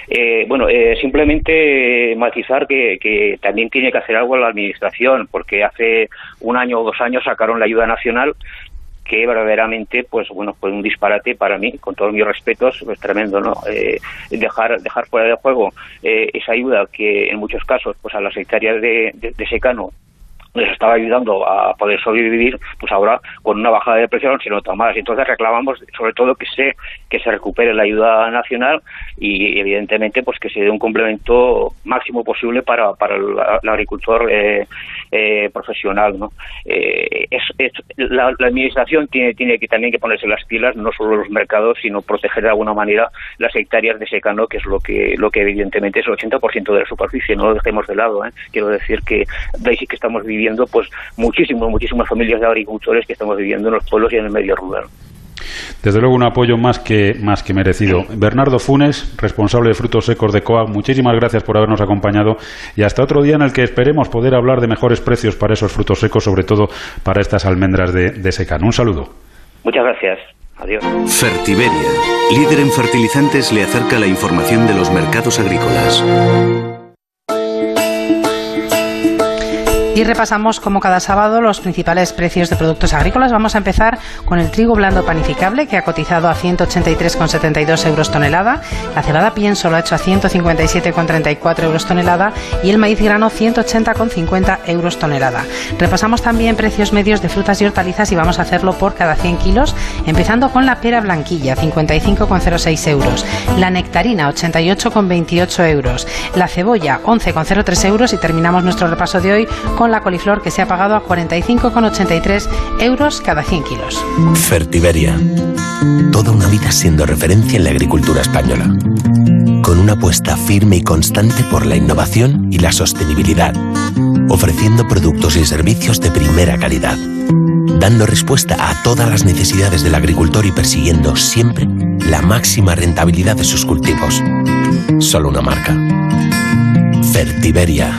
Simplemente matizar que también tiene que hacer algo la administración, porque hace un año o 2 años sacaron la ayuda nacional, que verdaderamente fue un disparate para mí, con todos mis respetos, pues tremendo, ¿no? Dejar fuera de juego esa ayuda que en muchos casos pues a las hectáreas de secano les estaba ayudando a poder sobrevivir, pues ahora con una bajada de precios se nota más. Entonces reclamamos sobre todo que se recupere la ayuda nacional y evidentemente pues que se dé un complemento máximo posible para el agricultor profesional, ¿no? La administración tiene que también que ponerse las pilas, no solo los mercados, sino proteger de alguna manera las hectáreas de secano, que es lo que evidentemente es el 80% de la superficie, no lo dejemos de lado, ¿eh? Quiero decir que veis que estamos viviendo pues muchísimas familias de agricultores que estamos viviendo en los pueblos y en el medio rural. Desde luego un apoyo más que merecido. Bernardo Funes, responsable de frutos secos de COAG, muchísimas gracias por habernos acompañado y hasta otro día en el que esperemos poder hablar de mejores precios para esos frutos secos, sobre todo para estas almendras de secano. Un saludo. Muchas gracias. Adiós. Fertiberia, líder en fertilizantes, le acerca la información de los mercados agrícolas. Y repasamos como cada sábado los principales precios de productos agrícolas. Vamos a empezar con el trigo blando panificable, que ha cotizado a 183,72 euros tonelada. La cebada pienso lo ha hecho a 157,34 euros tonelada y el maíz grano 180,50 euros tonelada. Repasamos también precios medios de frutas y hortalizas y vamos a hacerlo por cada 100 kilos, empezando con la pera blanquilla, 55,06 euros. La nectarina, 88,28 euros. La cebolla, 11,03 euros. Y terminamos nuestro repaso de hoy con la coliflor, que se ha pagado a 45,83 euros cada 100 kilos. Fertiberia. Toda una vida siendo referencia en la agricultura española. Con una apuesta firme y constante por la innovación y la sostenibilidad. Ofreciendo productos y servicios de primera calidad. Dando respuesta a todas las necesidades del agricultor y persiguiendo siempre la máxima rentabilidad de sus cultivos. Solo una marca. Fertiberia.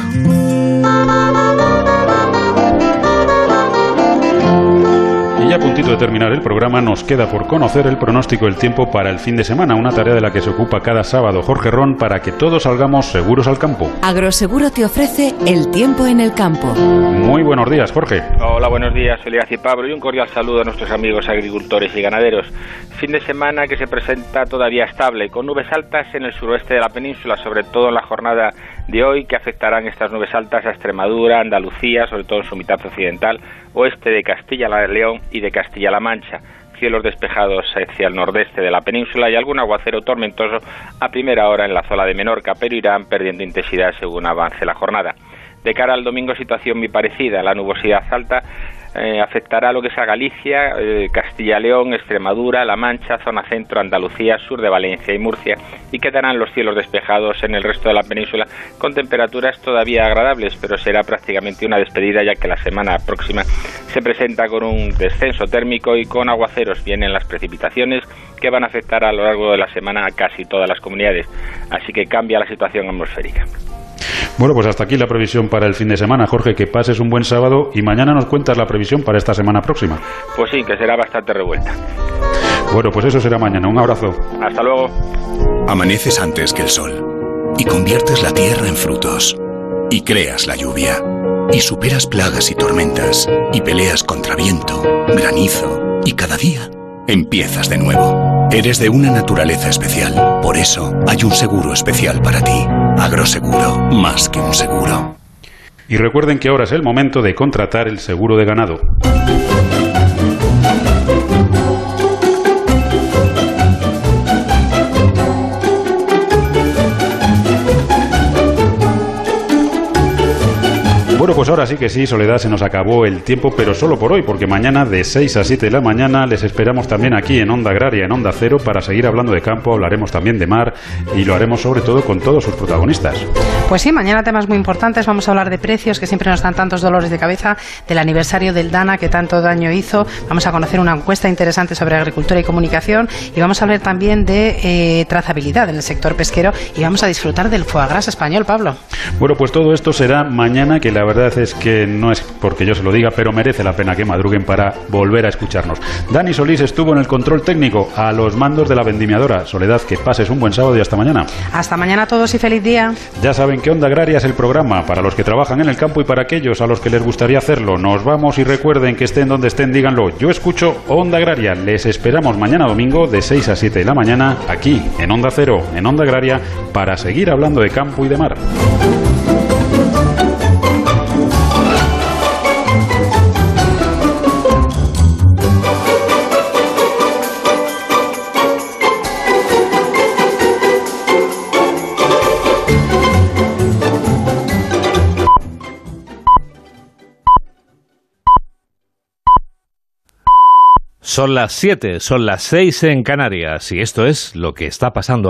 Y a puntito de terminar el programa, nos queda por conocer el pronóstico del tiempo para el fin de semana, una tarea de la que se ocupa cada sábado Jorge Ron para que todos salgamos seguros al campo. Agroseguro te ofrece el tiempo en el campo. Muy buenos días, Jorge. Hola, buenos días, soy Ignacio Pablo y un cordial saludo a nuestros amigos agricultores y ganaderos. Fin de semana que se presenta todavía estable, con nubes altas en el suroeste de la península, sobre todo en la jornada de hoy, que afectarán estas nubes altas a Extremadura, Andalucía, sobre todo en su mitad occidental, oeste de Castilla-La León y de Castilla-La Mancha. Cielos despejados hacia el nordeste de la península y algún aguacero tormentoso a primera hora en la zona de Menorca, pero irán perdiendo intensidad según avance la jornada. De cara al domingo, situación muy parecida. La nubosidad alta afectará lo que es a Galicia, Castilla-León, Extremadura, La Mancha, zona centro, Andalucía, sur de Valencia y Murcia, y quedarán los cielos despejados en el resto de la península con temperaturas todavía agradables, pero será prácticamente una despedida, ya que la semana próxima se presenta con un descenso térmico y con aguaceros. Vienen las precipitaciones que van a afectar a lo largo de la semana a casi todas las comunidades, así que cambia la situación atmosférica. Bueno, pues hasta aquí la previsión para el fin de semana. Jorge, que pases un buen sábado y mañana nos cuentas la previsión para esta semana próxima. Pues sí, que será bastante revuelta. Bueno, pues eso será mañana. Un abrazo. Hasta luego. Amaneces antes que el sol y conviertes la tierra en frutos y creas la lluvia y superas plagas y tormentas y peleas contra viento, granizo y cada día empiezas de nuevo. Eres de una naturaleza especial. Por eso hay un seguro especial para ti. Agroseguro, más que un seguro. Y recuerden que ahora es el momento de contratar el seguro de ganado. Bueno, pues ahora sí que sí, Soledad, se nos acabó el tiempo, pero solo por hoy, porque mañana de 6 a 7 de la mañana les esperamos también aquí en Onda Agraria, en Onda Cero, para seguir hablando de campo. Hablaremos también de mar y lo haremos sobre todo con todos sus protagonistas. Pues sí, mañana temas muy importantes. Vamos a hablar de precios, que siempre nos dan tantos dolores de cabeza, del aniversario del Dana, que tanto daño hizo. Vamos a conocer una encuesta interesante sobre agricultura y comunicación y vamos a hablar también de trazabilidad en el sector pesquero y vamos a disfrutar del foie gras español, Pablo. Bueno, pues todo esto será mañana, que la verdad es que no es porque yo se lo diga, pero merece la pena que madruguen para volver a escucharnos. Dani Solís estuvo en el control técnico, a los mandos de la vendimiadora. Soledad, que pases un buen sábado y hasta mañana. Hasta mañana a todos y feliz día. Ya saben que Onda Agraria es el programa para los que trabajan en el campo y para aquellos a los que les gustaría hacerlo. Nos vamos y recuerden que estén donde estén, díganlo. Yo escucho Onda Agraria. Les esperamos mañana domingo de 6 a 7 de la mañana aquí en Onda Cero, en Onda Agraria, para seguir hablando de campo y de mar. Son las 7, son las 6 en Canarias y esto es lo que está pasando